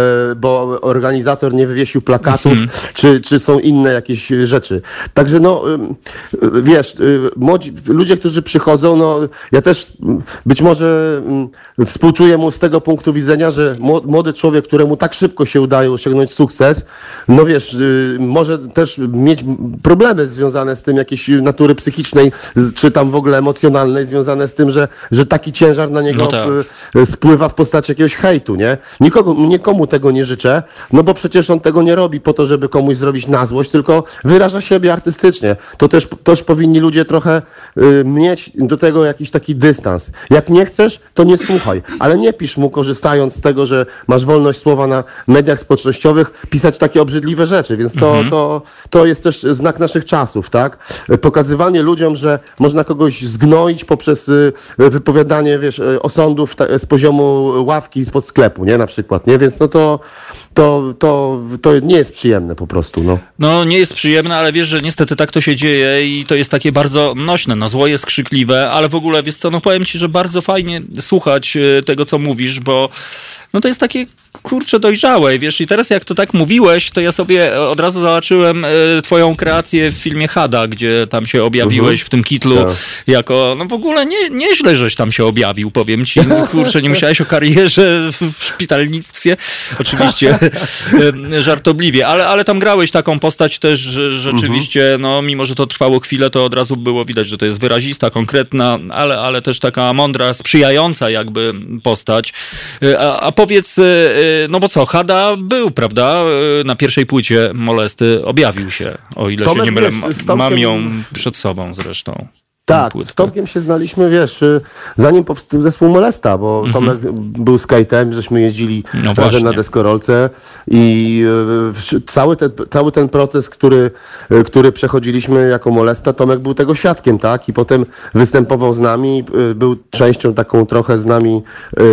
bo organizator nie wywiesił plakatów, mhm. czy, czy są inne jakieś rzeczy. Także no, wiesz, młodzi, ludzie, którzy przychodzą, no, ja też być może współczuję mu z tego punktu widzenia, że młody człowiek, któremu tak szybko się udaje osiągnąć sukces, no wiesz, może też mieć problemy związane z tym, jakieś natury psychicznej, czy tam w ogóle emocjonalnej, związane z tym, że, że taki ciężar na niego no tak. spływa w postaci jakiegoś hejtu, nie? Nikogo, nikomu tego nie życzę, no bo przecież on tego nie robi po to, żeby komuś zrobić na złość, tylko wyraża siebie artystycznie. To też, też powinni ludzie trochę y, mieć do tego jakiś taki dystans. Jak nie chcesz, to nie słuchaj, ale nie pisz mu, korzystając z tego, że masz wolność słowa na mediach społecznościowych, pisać takie obrzydliwe rzeczy, więc to, mhm. to, to jest też znak naszych czasów, tak? Pokazywanie ludziom, że można kogoś zgnoić poprzez wypowiadanie, wiesz, osądów z poziomu ławki spod sklepu, nie? Na przykład, nie? Więc no to, to, to, to nie jest przyjemne po prostu, no. No nie jest przyjemne, ale wiesz, że niestety tak to się dzieje i to jest takie bardzo nośne, no zło jest krzykliwe, ale w ogóle, wiesz co, no powiem ci, że bardzo fajnie słuchać tego, co mówisz, bo no to jest takie kurczę dojrzałe, wiesz, i teraz jak to tak mówiłeś, to ja sobie od razu zobaczyłem twoją kreację w filmie Hada, gdzie tam się objawiłeś uh-huh. w tym kitlu tak. jako, no w ogóle nie, nieźle, żeś tam się objawił, powiem ci, kurczę, nie myślałeś o karierze w szpitalnictwie, oczywiście żartobliwie, ale, ale tam grałeś taką postać też, że rzeczywiście, no mimo, że to trwało chwilę, to od razu było widać, że to jest wyrazista, konkretna, ale, ale też taka mądra, sprzyjająca jakby postać. A, a powiedz, no bo co, Hada był, prawda, na pierwszej płycie Molesty, objawił się, o ile Tomek, się nie mylę, wiesz, mam ją przed sobą zresztą. Tak, z Tomkiem się znaliśmy, wiesz, zanim powstał zespół Molesta, bo mm-hmm. Tomek był skate'em, żeśmy jeździli no razem na deskorolce i cały ten, cały ten proces, który, który przechodziliśmy jako Molesta, Tomek był tego świadkiem, tak? I potem występował z nami, był częścią taką trochę z nami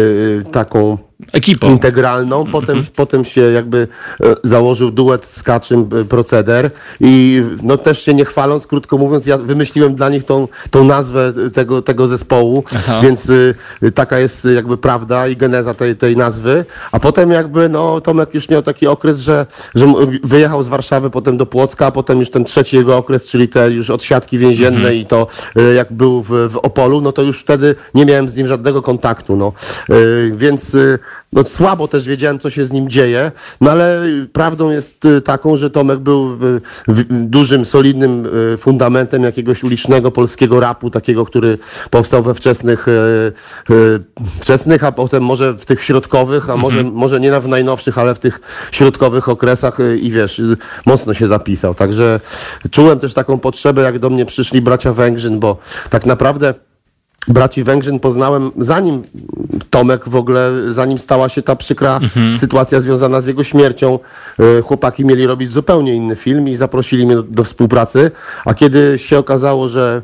taką ekipą integralną, mm-hmm. potem, potem się jakby założył duet z Kaczym Proceder i no też się nie chwaląc, krótko mówiąc, ja wymyśliłem dla nich tą, tą nazwę tego, tego zespołu, Aha. więc y, taka jest jakby prawda i geneza tej, tej nazwy, a potem jakby no Tomek już miał taki okres, że, że wyjechał z Warszawy potem do Płocka, a potem już ten trzeci jego okres, czyli te już odsiadki więzienne mm-hmm. i to y, jak był w, w Opolu, no to już wtedy nie miałem z nim żadnego kontaktu, no y, więc y, no słabo też wiedziałem, co się z nim dzieje, no ale prawdą jest taką, że Tomek był dużym, solidnym fundamentem jakiegoś ulicznego polskiego rapu, takiego, który powstał we wczesnych, wczesnych, a potem może w tych środkowych, a może, mhm. może nie w najnowszych, ale w tych środkowych okresach i wiesz, mocno się zapisał. Także czułem też taką potrzebę, jak do mnie przyszli bracia Węgrzyn, bo tak naprawdę braci Węgrzyn poznałem zanim Tomek w ogóle, zanim stała się ta przykra mhm. sytuacja związana z jego śmiercią. Chłopaki mieli robić zupełnie inny film i zaprosili mnie do, do współpracy, a kiedy się okazało, że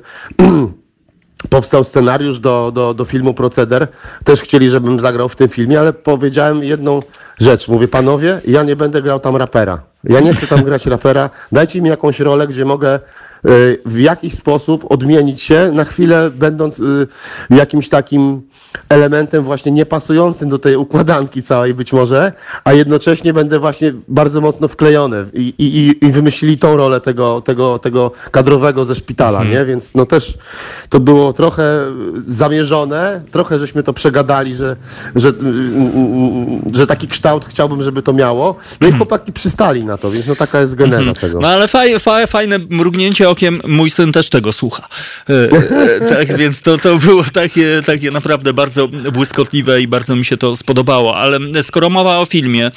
powstał scenariusz do, do, do filmu Proceder, też chcieli, żebym zagrał w tym filmie, ale powiedziałem jedną rzecz. Mówię, panowie, ja nie będę grał tam rapera. Ja nie chcę tam grać rapera. Dajcie mi jakąś rolę, gdzie mogę w jakiś sposób odmienić się, na chwilę będąc jakimś takim elementem właśnie niepasującym do tej układanki całej być może, a jednocześnie będę właśnie bardzo mocno wklejony i, i, i wymyślili tą rolę tego, tego, tego kadrowego ze szpitala, mhm. nie? Więc no też to było trochę zamierzone, trochę żeśmy to przegadali, że, że, że taki kształt chciałbym, żeby to miało. No i chłopaki przystali na to, więc no taka jest geneza mhm. tego. No ale faj, faj, fajne mrugnięcie okiem, mój syn też tego słucha. Tak, więc to, to było takie, takie naprawdę bardzo błyskotliwe i bardzo mi się to spodobało, ale skoro mowa o filmie,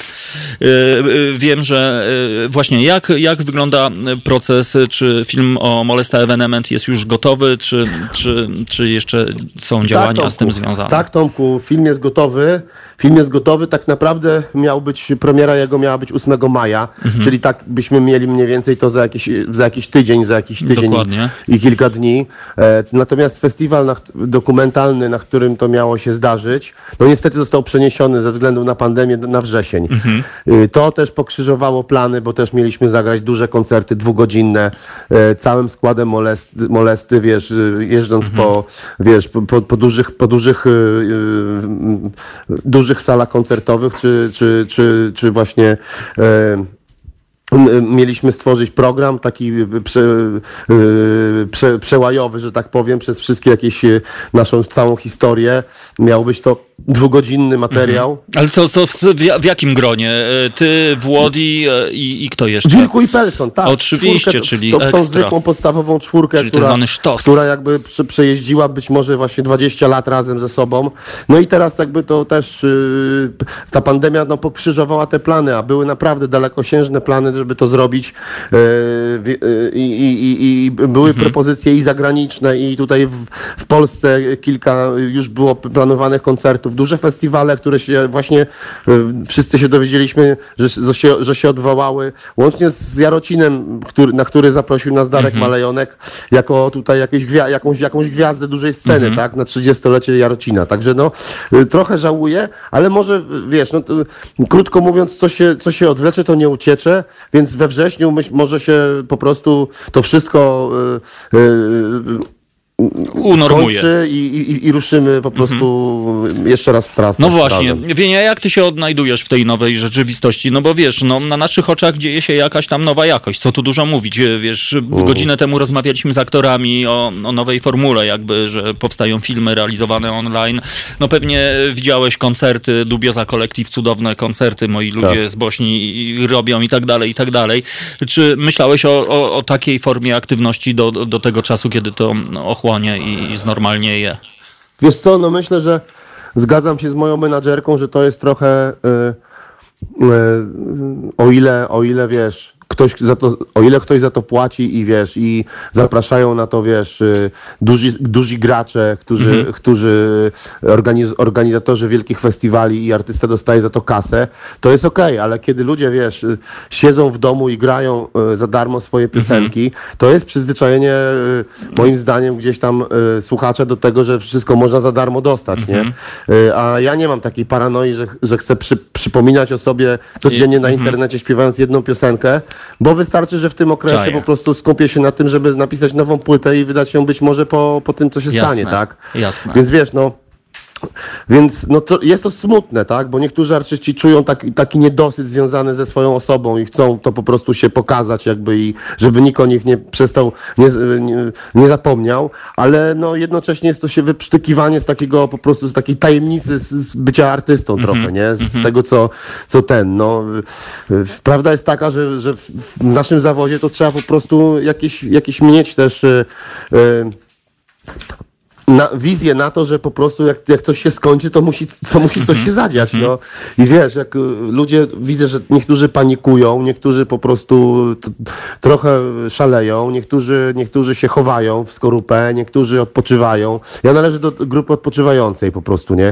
wiem, że właśnie jak, jak wygląda proces, czy film o Molesta Evenement jest już gotowy, czy, czy, czy jeszcze są działania tak, Tomku, z tym związane? Tak, Tomku, film jest gotowy. Film jest gotowy, tak naprawdę miał być, premiera jego miała być ósmego maja, mhm. czyli tak byśmy mieli mniej więcej to za jakiś, za jakiś tydzień, za jakiś tydzień Dokładnie. i kilka dni. E, natomiast festiwal na, dokumentalny, na którym to miało się zdarzyć, no niestety został przeniesiony ze względu na pandemię na wrzesień. Mhm. E, to też pokrzyżowało plany, bo też mieliśmy zagrać duże koncerty dwugodzinne, e, całym składem molest, molesty, wiesz, jeżdżąc mhm. po, wiesz, po, po, po dużych, po dużych, e, e, dużych salach koncertowych, czy, czy, czy, czy właśnie e, mieliśmy stworzyć program taki prze, prze, przełajowy, że tak powiem, przez wszystkie jakieś naszą całą historię. Miał być to dwugodzinny materiał. Mhm. Ale co, co w, w jakim gronie? Ty, Włodi i, i kto jeszcze? Wilku i Pelson, tak. Oczywiście, czwórkę, czyli to, w tą ekstra. zwykłą podstawową czwórkę, czyli która, która jakby prze, przejeździła być może właśnie dwadzieścia lat razem ze sobą. No i teraz jakby to też yy, ta pandemia no, pokrzyżowała te plany, a były naprawdę dalekosiężne plany, żeby to zrobić yy, yy, i, i, i były mhm. propozycje i zagraniczne i tutaj w, w Polsce kilka już było planowanych koncertów, duże festiwale, które się właśnie yy, wszyscy się dowiedzieliśmy, że, że, się, że się odwołały, łącznie z Jarocinem, który, na który zaprosił nas Darek mhm. Malejonek jako tutaj jakieś gwia- jakąś, jakąś gwiazdę dużej sceny, mhm. tak, na trzydziestolecie Jarocina. Także no yy, trochę żałuję, ale może wiesz, no to, krótko mówiąc, co się, co się odwlecze, to nie uciecze, więc we wrześniu myśl, może się po prostu to wszystko yy, yy, unormuje i, i, i ruszymy po prostu mhm. jeszcze raz w trasę. No właśnie. Wienia, jak ty się odnajdujesz w tej nowej rzeczywistości? No bo wiesz, no, na naszych oczach dzieje się jakaś tam nowa jakość. Co tu dużo mówić? Wiesz, mhm. godzinę temu rozmawialiśmy z aktorami o, o nowej formule, jakby, że powstają filmy realizowane online. No pewnie widziałeś koncerty, Dubioza Collective, cudowne koncerty, moi ludzie tak. z Bośni robią i tak dalej, i tak dalej. Czy myślałeś o, o, o takiej formie aktywności do, do tego czasu, kiedy to ochłania i znormalnieje? Wiesz co, no myślę, że zgadzam się z moją menadżerką, że to jest trochę yy, yy, o ile, o ile wiesz, ktoś za to, o ile ktoś za to płaci i wiesz, i zapraszają na to, wiesz, duzi, duzi gracze, którzy, mhm. którzy organiz, organizatorzy wielkich festiwali i artysta dostaje za to kasę, to jest okej, okay, ale kiedy ludzie, wiesz, siedzą w domu i grają za darmo swoje piosenki, mhm. to jest przyzwyczajenie, moim zdaniem, gdzieś tam słuchacze do tego, że wszystko można za darmo dostać, mhm. nie? A ja nie mam takiej paranoi, że, że chcę przy, przypominać o sobie codziennie na internecie śpiewając jedną piosenkę, bo wystarczy, że w tym okresie Czaję. po prostu skupię się na tym, żeby napisać nową płytę i wydać ją być może po, po tym, co się Jasne. stanie, tak? Jasne. Więc wiesz, no Więc no to jest to smutne, tak? Bo niektórzy artyści czują taki, taki niedosyt związany ze swoją osobą i chcą to po prostu się pokazać jakby i żeby nikt o nich nie przestał, nie, nie, nie zapomniał, ale no jednocześnie jest to się wyprztykiwanie z takiego po prostu z takiej tajemnicy z, z bycia artystą mm-hmm. trochę, nie? Z, mm-hmm. z tego, co, co ten, no. Prawda jest taka, że, że w naszym zawodzie to trzeba po prostu jakieś, jakieś mieć też yy, yy, Na, wizję na to, że po prostu jak, jak coś się skończy, to musi, to musi coś się zadziać, no. I wiesz, jak ludzie, widzę, że niektórzy panikują, niektórzy po prostu t, trochę szaleją, niektórzy, niektórzy się chowają w skorupę, niektórzy odpoczywają. Ja należę do grupy odpoczywającej po prostu, nie?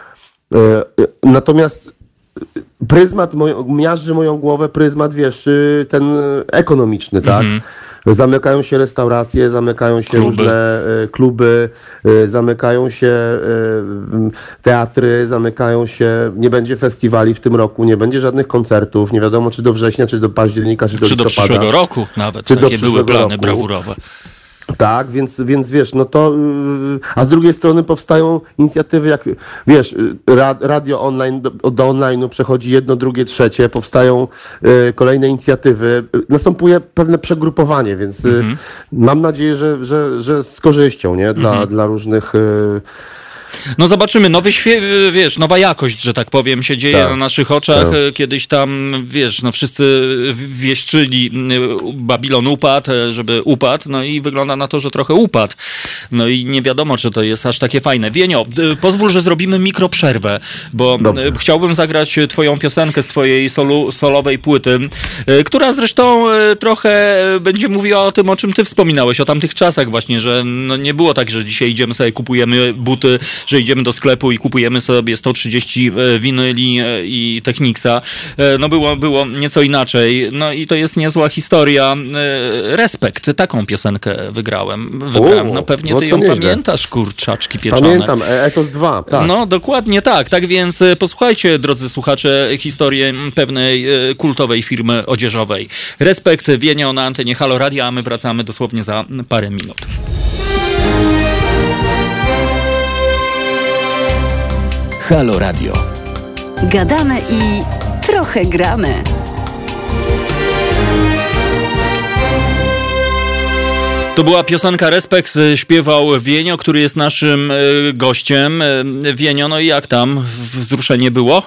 Natomiast pryzmat, moją, miażdży moją głowę pryzmat, wiesz, ten ekonomiczny, tak? Mhm. Zamykają się restauracje, zamykają się kluby. różne y, kluby, y, zamykają się y, teatry, zamykają się, nie będzie festiwali w tym roku, nie będzie żadnych koncertów, nie wiadomo czy do września, czy do października, czy do czy listopada. Czy do przyszłego roku nawet, czy takie do były plany roku. brawurowe. Tak, więc, więc wiesz, no to, yy, a z drugiej strony powstają inicjatywy jak, wiesz, ra, radio online, do, do online'u przechodzi jedno, drugie, trzecie, powstają yy, kolejne inicjatywy, następuje pewne przegrupowanie, więc yy, mm-hmm. mam nadzieję, że, że, że z korzyścią, nie, dla, mm-hmm. dla różnych... Yy, No zobaczymy, nowy świe- wiesz, nowa jakość, że tak powiem, się dzieje tak. na naszych oczach. Tak. Kiedyś tam, wiesz, no wszyscy wieszczyli, Babilon upadł, żeby upadł, no i wygląda na to, że trochę upadł. No i nie wiadomo, czy to jest aż takie fajne. Wienio, pozwól, że zrobimy mikroprzerwę, bo Dobrze. chciałbym zagrać twoją piosenkę z twojej solu, solowej płyty, która zresztą trochę będzie mówiła o tym, o czym ty wspominałeś, o tamtych czasach właśnie, że no nie było tak, że dzisiaj idziemy sobie, kupujemy buty, że idziemy do sklepu i kupujemy sobie sto trzydzieści winyli i Technicsa. No było, było nieco inaczej. No i to jest niezła historia. Respekt. Taką piosenkę wygrałem. Wybrałem. No pewnie ty no ją nieźle. Pamiętasz, kurczaczki pieczone. Pamiętam. Etos dwa. Tak. No dokładnie tak. Tak więc posłuchajcie, drodzy słuchacze, historię pewnej kultowej firmy odzieżowej. Respekt, Wienio na antenie Halo Radia, a my wracamy dosłownie za parę minut. Halo Radio. Gadamy i trochę gramy. To była piosenka Respekt, śpiewał Wienio, który jest naszym gościem. Wienio, no i jak tam? Wzruszenie było?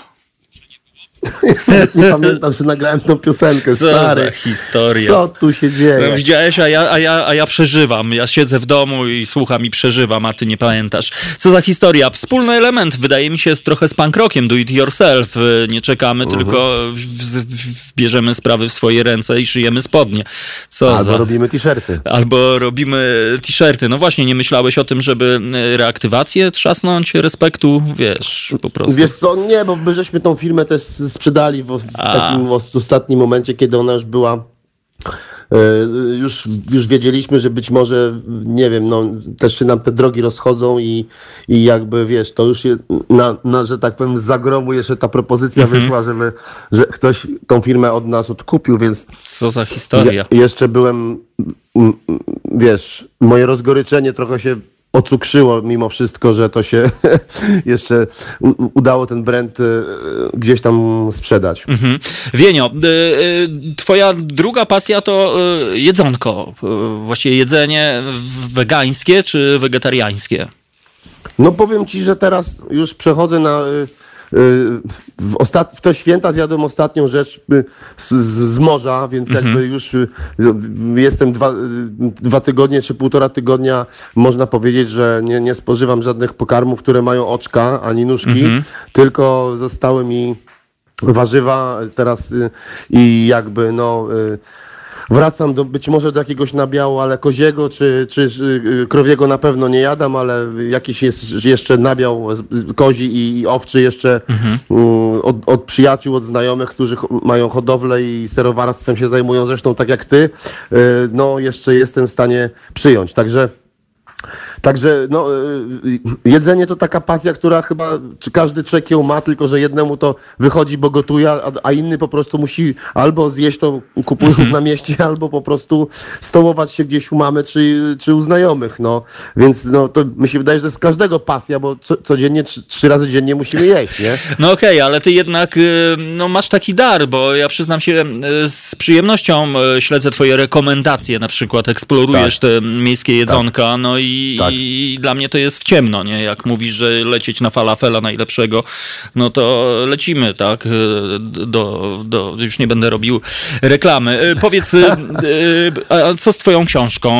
Nie pamiętam, że nagrałem tą piosenkę. Co stary. za historia. Co tu się dzieje? No, widziałeś, a ja, a, ja, a ja przeżywam. Ja siedzę w domu i słucham i przeżywam, a ty nie pamiętasz. Co za historia. Wspólny element, wydaje mi się, jest trochę z punk rockiem. Do it yourself. Nie czekamy, uh-huh. tylko w, w, bierzemy sprawy w swoje ręce i szyjemy spodnie. Co Albo za... robimy t-shirty. Albo robimy t-shirty. No właśnie, nie myślałeś o tym, żeby reaktywację trzasnąć Respektu? Wiesz, po prostu. Wiesz co, nie, bo my żeśmy tą firmę też sprzedali w, w takim w ostatnim momencie, kiedy ona już była, y, już, już wiedzieliśmy, że być może, nie wiem, no też się nam te drogi rozchodzą i, i jakby, wiesz, to już je, na, na, że tak powiem, z zagrobu jeszcze ta propozycja mhm. wyszła, żeby, że ktoś tą firmę od nas odkupił, więc... Co za historia. Ja, jeszcze byłem, wiesz, moje rozgoryczenie trochę się ocukrzyło mimo wszystko, że to się jeszcze u, udało ten brand y, gdzieś tam sprzedać. Mhm. Wienio, y, y, twoja druga pasja to y, jedzonko. Y, właściwie jedzenie wegańskie czy wegetariańskie? No powiem ci, że teraz już przechodzę na... Y, W, ostat... w te święta zjadłem ostatnią rzecz z, z morza, więc mhm. jakby już jestem dwa, dwa tygodnie czy półtora tygodnia, można powiedzieć, że nie, nie spożywam żadnych pokarmów, które mają oczka ani nóżki, mhm. tylko zostały mi warzywa teraz y, i jakby no y, wracam do, być może do jakiegoś nabiału, ale koziego czy, czy y, krowiego na pewno nie jadam, ale jakiś jest jeszcze nabiał z- z- kozi i, i owczy jeszcze Mhm. y, od, od przyjaciół, od znajomych, którzy ho- mają hodowlę i serowarstwem się zajmują, zresztą tak jak ty, y, no jeszcze jestem w stanie przyjąć, także Także no, y, jedzenie to taka pasja, która chyba, czy każdy człowiek ją ma, tylko że jednemu to wychodzi, bo gotuje, a, a inny po prostu musi albo zjeść to kupując na mieście, albo po prostu stołować się gdzieś u mamy, czy, czy u znajomych, no. Więc no, to mi się wydaje, że to jest każdego pasja, bo co, codziennie, trzy, trzy razy dziennie musimy jeść, nie? No okej, ale ty jednak y, no, masz taki dar, bo ja przyznam się, y, z przyjemnością y, śledzę twoje rekomendacje, na przykład eksplorujesz Tak. te miejskie jedzonka, no i, Tak. i dla mnie to jest w ciemno, nie? Jak mówisz, że lecieć na falafela najlepszego, no to lecimy, tak? Y, Do, do, już nie będę robił reklamy. Y, Powiedz, y, y, a co z twoją książką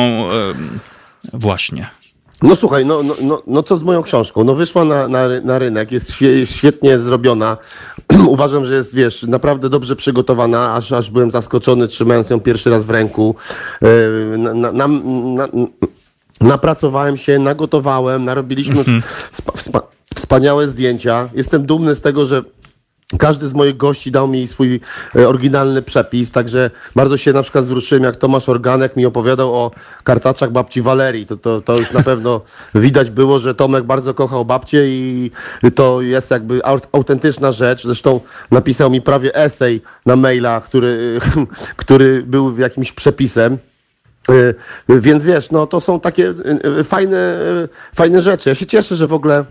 y, właśnie? No słuchaj, no, no, no, no co z moją książką? No wyszła na, na, ry- na rynek, jest świe, jest świetnie zrobiona. Uważam, że jest, wiesz, naprawdę dobrze przygotowana, aż, aż byłem zaskoczony, trzymając ją pierwszy raz w ręku. Yy, na, na, na, na, napracowałem się, nagotowałem, narobiliśmy wspa, wspa, wspaniałe zdjęcia. Jestem dumny z tego, że każdy z moich gości dał mi swój e, oryginalny przepis, także bardzo się na przykład zwróciłem, jak Tomasz Organek mi opowiadał o kartaczach babci Walerii. To, to, to już na pewno widać było, że Tomek bardzo kochał babcię i to jest jakby aut- autentyczna rzecz. Zresztą napisał mi prawie esej na maila, który, który był jakimś przepisem. Y, Więc wiesz, no to są takie y, y, fajne, y, fajne rzeczy. Ja się cieszę, że w ogóle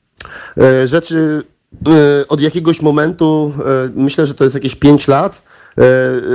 y, rzeczy y, od jakiegoś momentu, y, myślę, że to jest jakieś pięć lat, y, y,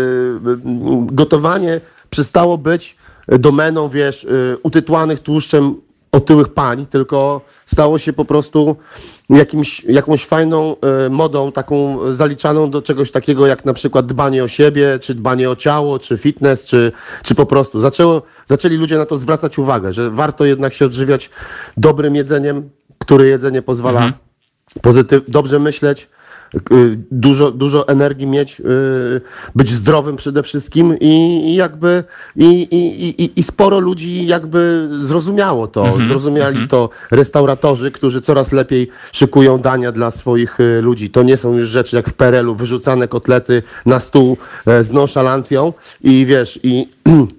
y, gotowanie przestało być domeną, wiesz, y, utytłanych tłuszczem otyłych pań, tylko stało się po prostu jakimś, jakąś fajną y, modą, taką zaliczaną do czegoś takiego jak na przykład dbanie o siebie, czy dbanie o ciało, czy fitness, czy, czy po prostu. Zaczęło, zaczęli ludzie na to zwracać uwagę, że warto jednak się odżywiać dobrym jedzeniem, które jedzenie pozwala Mhm. pozytyw, dobrze myśleć, y, dużo, dużo energii mieć, y, być zdrowym przede wszystkim i, i jakby i, i, i, i sporo ludzi jakby zrozumiało to, zrozumiali to restauratorzy, którzy coraz lepiej szykują dania dla swoich y, ludzi. To nie są już rzeczy jak w P R L u, wyrzucane kotlety na stół e, z nonszalancją i wiesz, i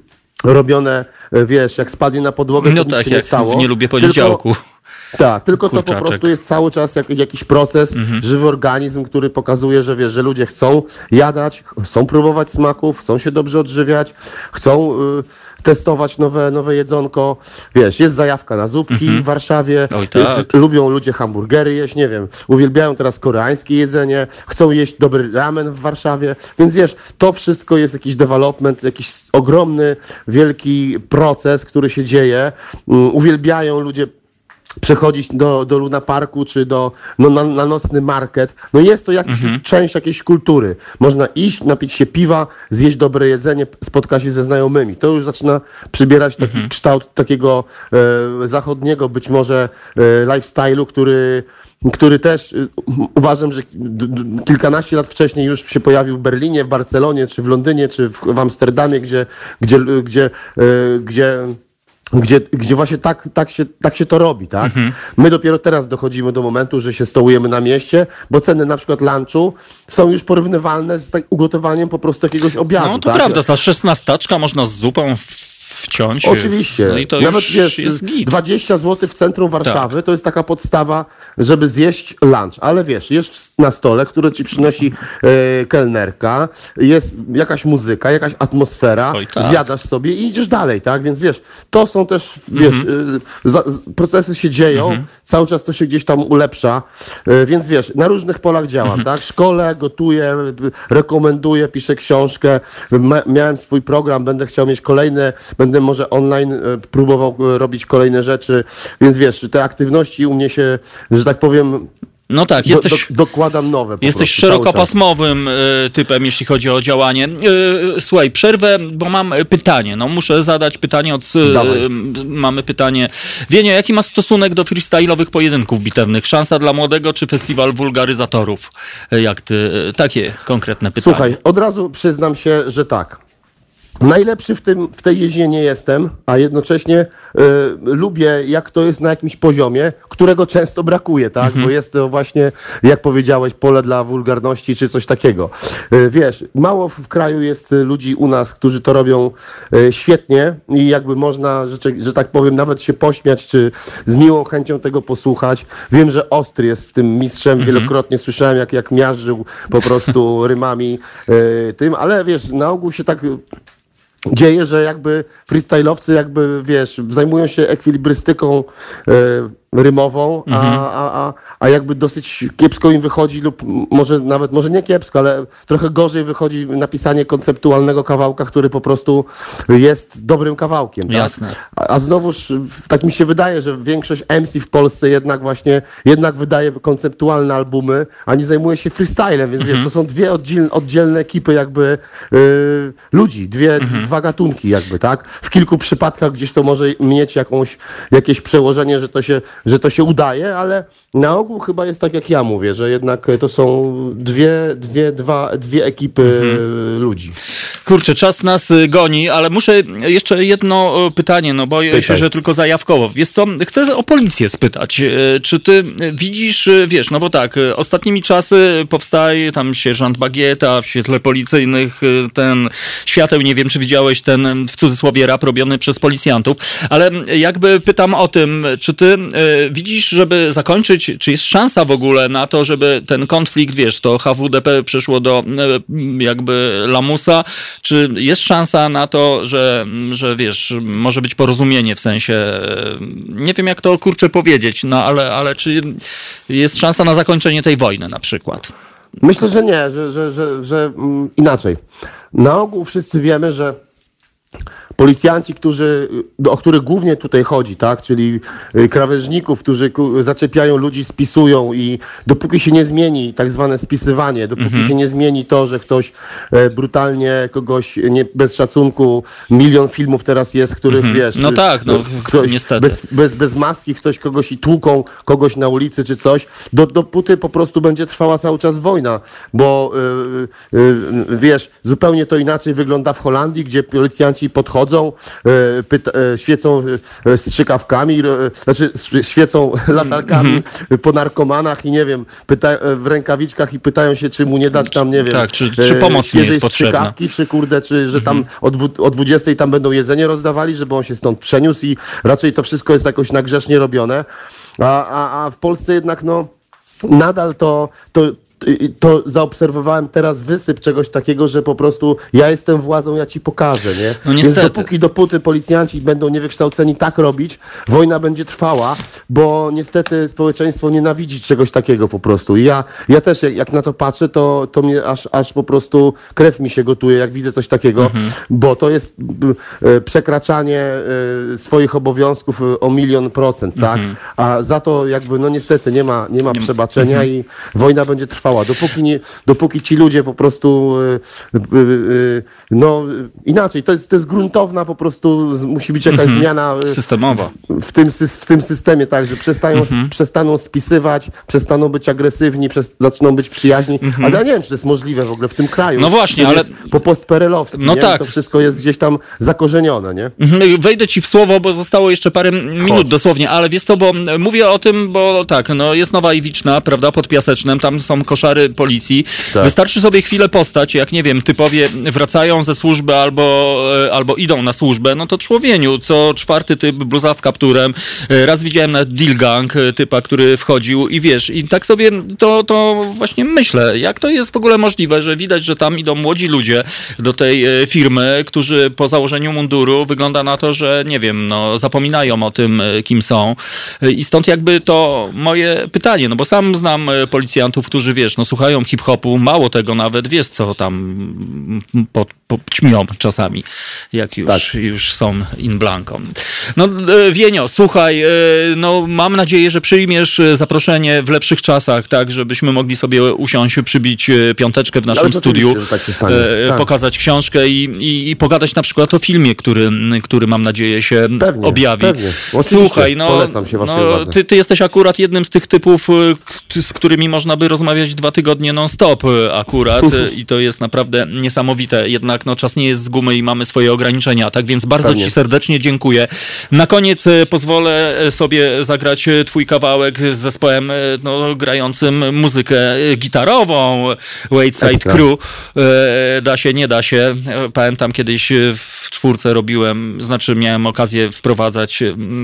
robione, e, wiesz, jak spadli na podłogę, to No nic tak, się nie jak stało. w Nie lubię Tylko- poniedziałku. tak, tylko to po Kurczaczek. prostu jest cały czas jak, jakiś proces, żywy organizm, który pokazuje, że wiesz, że ludzie chcą jadać, chcą próbować smaków, chcą się dobrze odżywiać, chcą y, testować nowe, nowe jedzonko. Wiesz, jest zajawka na zupki w Warszawie, Oj, tak. y, lubią ludzie hamburgery jeść, nie wiem, uwielbiają teraz koreańskie jedzenie, chcą jeść dobry ramen w Warszawie, więc wiesz, to wszystko jest jakiś development, jakiś ogromny, wielki proces, który się dzieje. Y, uwielbiają ludzie przechodzić do, do Luna Parku czy do, no, na, na nocny market. No jest to jakiś, już część jakiejś kultury. Można iść, napić się piwa, zjeść dobre jedzenie, spotkać się ze znajomymi. To już zaczyna przybierać taki kształt takiego e, zachodniego być może e, lifestyle'u, który który też y, uważam, że d- d- kilkanaście lat wcześniej już się pojawił w Berlinie, w Barcelonie, czy w Londynie, czy w, w Amsterdamie, gdzie, gdzie, gdzie, y, gdzie Gdzie, gdzie właśnie tak, tak, się, tak się to robi, tak? My dopiero teraz dochodzimy do momentu, że się stołujemy na mieście, bo ceny na przykład lunchu są już porównywalne z tak ugotowaniem po prostu jakiegoś obiadu, No to tak? prawda, za szesnastaczka można z zupą w- wciąć. Oczywiście. No i to Nawet już wiesz, jest git. dwadzieścia złotych w centrum Warszawy to jest taka podstawa, żeby zjeść lunch. Ale wiesz, jest w- na stole, które ci przynosi e, kelnerka, jest jakaś muzyka, jakaś atmosfera, Oj, tak. zjadasz sobie i idziesz dalej, tak? Więc wiesz, to są też, wiesz, Mhm. e, za, z- procesy się dzieją, cały czas to się gdzieś tam ulepsza, e, więc wiesz, na różnych polach działam, Mhm. tak? Szkolę, gotuję, b- rekomenduję, piszę książkę, Ma, miałem swój program, będę chciał mieć kolejne, będę może online e, próbował e, robić kolejne rzeczy, więc wiesz, te aktywności u mnie się, że tak powiem, No tak, jesteś, do, do, dokładam nowe po jesteś prostu, szerokopasmowym y, typem, jeśli chodzi o działanie. Y, słuchaj, przerwę, bo mam pytanie. No muszę zadać pytanie od... Y, mamy pytanie. Wienio, jaki ma stosunek do freestyle'owych pojedynków bitewnych? Szansa dla młodego czy festiwal wulgaryzatorów? Jak ty? Y, takie konkretne pytanie. Słuchaj, od razu przyznam się, że tak. Najlepszy w, tym, w tej jeździe nie jestem, a jednocześnie y, lubię, jak to jest na jakimś poziomie, którego często brakuje, tak? Mhm. Bo jest to właśnie, jak powiedziałeś, pole dla wulgarności czy coś takiego. Y, wiesz, mało w kraju jest ludzi u nas, którzy to robią y, świetnie i jakby można, że, że tak powiem, nawet się pośmiać, czy z miłą chęcią tego posłuchać. Wiem, że Ostry jest w tym mistrzem, mhm. wielokrotnie słyszałem, jak, jak miażdżył po prostu rymami y, tym, ale wiesz, na ogół się tak... dzieje, że jakby freestyle'owcy jakby, wiesz, zajmują się ekwilibrystyką e, rymową, a, mhm. a, a, a jakby dosyć kiepsko im wychodzi lub może nawet, może nie kiepsko, ale trochę gorzej wychodzi napisanie konceptualnego kawałka, który po prostu jest dobrym kawałkiem. Tak? Jasne. A, a znowuż tak mi się wydaje, że większość M C w Polsce jednak właśnie, jednak wydaje konceptualne albumy, a nie zajmuje się freestylem, więc mhm. wiesz, to są dwie oddzielne, oddzielne ekipy jakby yy, ludzi, dwie, mhm. dwa gatunki jakby, tak? W kilku przypadkach gdzieś to może mieć jakąś, jakieś przełożenie, że to się że to się udaje, ale na ogół chyba jest tak, jak ja mówię, że jednak to są dwie, dwie, dwa, dwie ekipy mhm. ludzi. Kurczę, czas nas goni, ale muszę jeszcze jedno pytanie, no boję Pytaj. się, że tylko zajawkowo. Wiesz co, chcę o policję spytać. Czy ty widzisz, wiesz, no bo tak, ostatnimi czasy powstaje tam sierżant Bagieta, w świetle policyjnych ten świateł, nie wiem, czy widziałeś ten w cudzysłowie rap robiony przez policjantów, ale jakby pytam o tym, czy ty widzisz, żeby zakończyć, czy jest szansa w ogóle na to, żeby ten konflikt, wiesz, to H W D P przeszło do jakby lamusa, czy jest szansa na to, że, że wiesz, może być porozumienie w sensie, nie wiem jak to kurczę powiedzieć, no ale, ale czy jest szansa na zakończenie tej wojny na przykład? Myślę, że nie, że, że, że, że mm, inaczej. Na ogół wszyscy wiemy, że policjanci, którzy, o których głównie tutaj chodzi, tak, czyli krawężników, którzy zaczepiają ludzi, spisują i dopóki się nie zmieni tak zwane spisywanie, dopóki mm-hmm. się nie zmieni to, że ktoś brutalnie kogoś nie, bez szacunku, milion filmów teraz jest, których mm-hmm. wiesz... No tak, no ktoś niestety. Bez, bez, bez maski ktoś kogoś i tłuką kogoś na ulicy czy coś, do, dopóty po prostu będzie trwała cały czas wojna, bo yy, yy, wiesz, zupełnie to inaczej wygląda w Holandii, gdzie policjanci podchodzą, Pyta, świecą strzykawkami, znaczy świecą latarkami mm-hmm. po narkomanach i nie wiem, pyta, w rękawiczkach i pytają się, czy mu nie dać tam, nie wiem, tak, czy, czy pomoc nie jest potrzebna. Strzykawki, czy kurde, czy że tam mm-hmm. o dwudziestej tam będą jedzenie rozdawali, żeby on się stąd przeniósł i raczej to wszystko jest jakoś nagrzecznie robione. A, a, a w Polsce jednak no nadal to, to to zaobserwowałem teraz wysyp czegoś takiego, że po prostu ja jestem władzą, ja ci pokażę, nie? No niestety. Więc dopóki dopóty policjanci będą niewykształceni tak robić, wojna będzie trwała, bo niestety społeczeństwo nienawidzi czegoś takiego po prostu. I ja, ja też jak, jak na to patrzę, to, to mnie aż, aż po prostu krew mi się gotuje, jak widzę coś takiego, mhm. bo to jest e, przekraczanie e, swoich obowiązków o milion procent, tak? Mhm. A za to jakby, no niestety nie ma, nie ma nie przebaczenia mhm. i wojna będzie trwała. Dopóki, nie, dopóki ci ludzie po prostu yy, yy, no inaczej, to jest, to jest gruntowna po prostu, musi być jakaś mm-hmm. zmiana systemowa w, w, tym, w tym systemie, tak, że przestają, mm-hmm. przestaną spisywać, przestaną być agresywni, przez, zaczną być przyjaźni, mm-hmm. ale ja nie wiem, czy to jest możliwe w ogóle w tym kraju. No właśnie, ale... Po postperelowskim, no tak. To wszystko jest gdzieś tam zakorzenione, nie? Wejdę ci w słowo, bo zostało jeszcze parę minut Chodź. dosłownie, ale wiesz co, bo mówię o tym, bo tak, no jest Nowa Iwiczna, prawda, pod Piasecznem, tam są koszary policji. Tak. Wystarczy sobie chwilę postać, jak nie wiem, typowie wracają ze służby albo, albo idą na służbę, no to człowieniu, co czwarty typ bluza w kapturem. Raz widziałem na Deal Gang typa, który wchodził i wiesz, i tak sobie to, to właśnie myślę, jak to jest w ogóle możliwe, że widać, że tam idą młodzi ludzie do tej firmy, którzy po założeniu munduru wygląda na to, że nie wiem, no zapominają o tym, kim są. I stąd jakby to moje pytanie, no bo sam znam policjantów, którzy wiesz, no słuchają hip-hopu, mało tego nawet, wiesz co tam pod ćmią czasami, jak już, Tak. już są in blanco. No Wienio, słuchaj, no mam nadzieję, że przyjmiesz zaproszenie w lepszych czasach, tak, żebyśmy mogli sobie usiąść, przybić piąteczkę w naszym Ale studiu, że tak się stanie. Tak. pokazać książkę i, i, i pogadać na przykład o filmie, który, który mam nadzieję się Pewnie, objawi. pewnie. Oczywiście. Słuchaj, no, Polecam się waszej no uwadze. ty, ty jesteś akurat jednym z tych typów, k- z którymi można by rozmawiać dwa tygodnie non-stop akurat i to jest naprawdę niesamowite. Jednak no, czas nie jest z gumy i mamy swoje ograniczenia, tak więc bardzo Pewnie. ci serdecznie dziękuję. Na koniec pozwolę sobie zagrać twój kawałek z zespołem no, grającym muzykę gitarową, Wayside Ekstra. Crew. Da się, nie da się. Pamiętam kiedyś w czwórce robiłem, znaczy miałem okazję wprowadzać,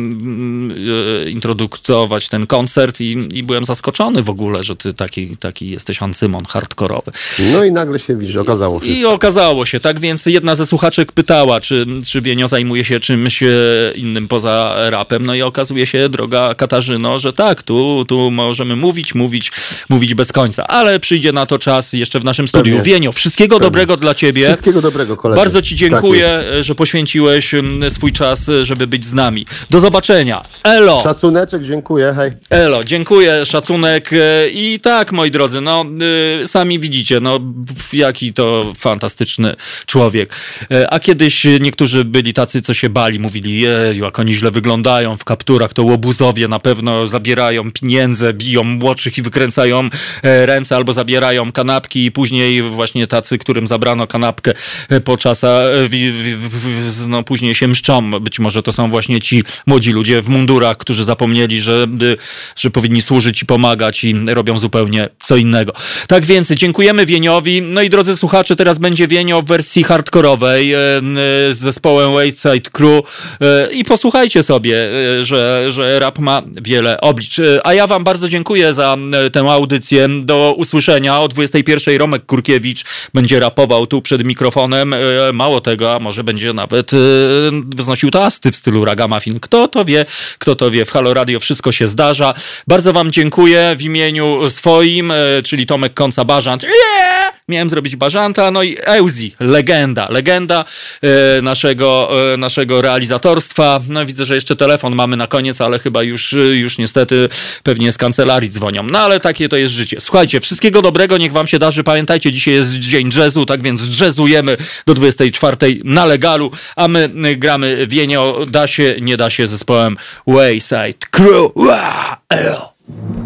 introduktować ten koncert i, i byłem zaskoczony w ogóle, że ty taki, taki jesteś ancymon hardkorowy. No i nagle się widzisz, okazało się. I okazało się, tak więc jedna ze słuchaczek pytała, czy, czy Wienio zajmuje się czymś innym poza rapem, no i okazuje się, droga Katarzyno, że tak, tu, tu możemy mówić, mówić, mówić bez końca, ale przyjdzie na to czas jeszcze w naszym studiu. Pewnie. Wienio, wszystkiego Pewnie. dobrego dla ciebie. Wszystkiego dobrego, kolego. Bardzo ci dziękuję, Tak że poświęciłeś mm, swój czas, żeby być z nami. Do zobaczenia. Elo! Szacuneczek, dziękuję, hej. Elo, dziękuję, szacunek e, i tak, moi drodzy, no y, sami widzicie, no w- jaki to fantastyczny człowiek. E, a kiedyś niektórzy byli tacy, co się bali, mówili, jeju, jak oni źle wyglądają w kapturach, to łobuzowie na pewno zabierają pieniądze, biją młodszych i wykręcają e, ręce albo zabierają kanapki i później właśnie tacy, którym zabrano kanapkę e, po czasach, e, wi- wi- wi- w- no później się mszczą. Być może to są właśnie ci młodzi ludzie w mundurach, którzy zapomnieli, że, y, że powinni służyć i pomagać i robią zupełnie co innego. Tak więc dziękujemy Wieniowi. No i drodzy słuchacze, teraz będzie Wienio w wersji hardkorowej e, e, z zespołem Wayside Crew e, i posłuchajcie sobie, e, że, że rap ma wiele oblicz. E, A ja wam bardzo dziękuję za e, tę audycję. Do usłyszenia o dwudziestej pierwszej. Romek Kurkiewicz będzie rapował tu przed mikrofonem. E, Mało tego, a może będzie nawet e, wznosił toasty w stylu Ragamuffin. Kto to wie, kto to wie. W Halo Radio wszystko się zdarza. Bardzo wam dziękuję w imieniu swoim, e, czyli Tomek Konca Bażant. Yeah! Miałem zrobić Bażanta, no i Euzi, legenda, legenda e, naszego, e, naszego realizatorstwa. No widzę, że jeszcze telefon mamy na koniec, ale chyba już, już niestety pewnie z kancelarii dzwonią. No ale takie to jest życie. Słuchajcie, wszystkiego dobrego, niech wam się darzy. Pamiętajcie, dzisiaj jest dzień jazzu, tak więc jazzujemy do dwudziestej czwartej na legalu, a my gramy Wienio, da się, nie da się zespołem Wayside Crew. Ua, elo.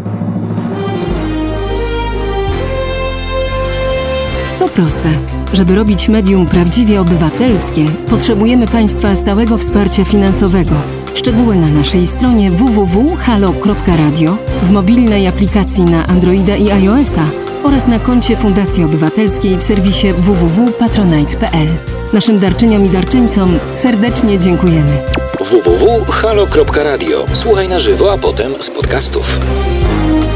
To proste. Żeby robić medium prawdziwie obywatelskie, potrzebujemy Państwa stałego wsparcia finansowego. Szczegóły na naszej stronie w w w kropka halo kropka radio, w mobilnej aplikacji na Androida i iOS-a oraz na koncie Fundacji Obywatelskiej w serwisie w w w kropka patronite kropka p l. Naszym darczyniom i darczyńcom serdecznie dziękujemy. w w w kropka halo kropka radio. Słuchaj na żywo, a potem z podcastów.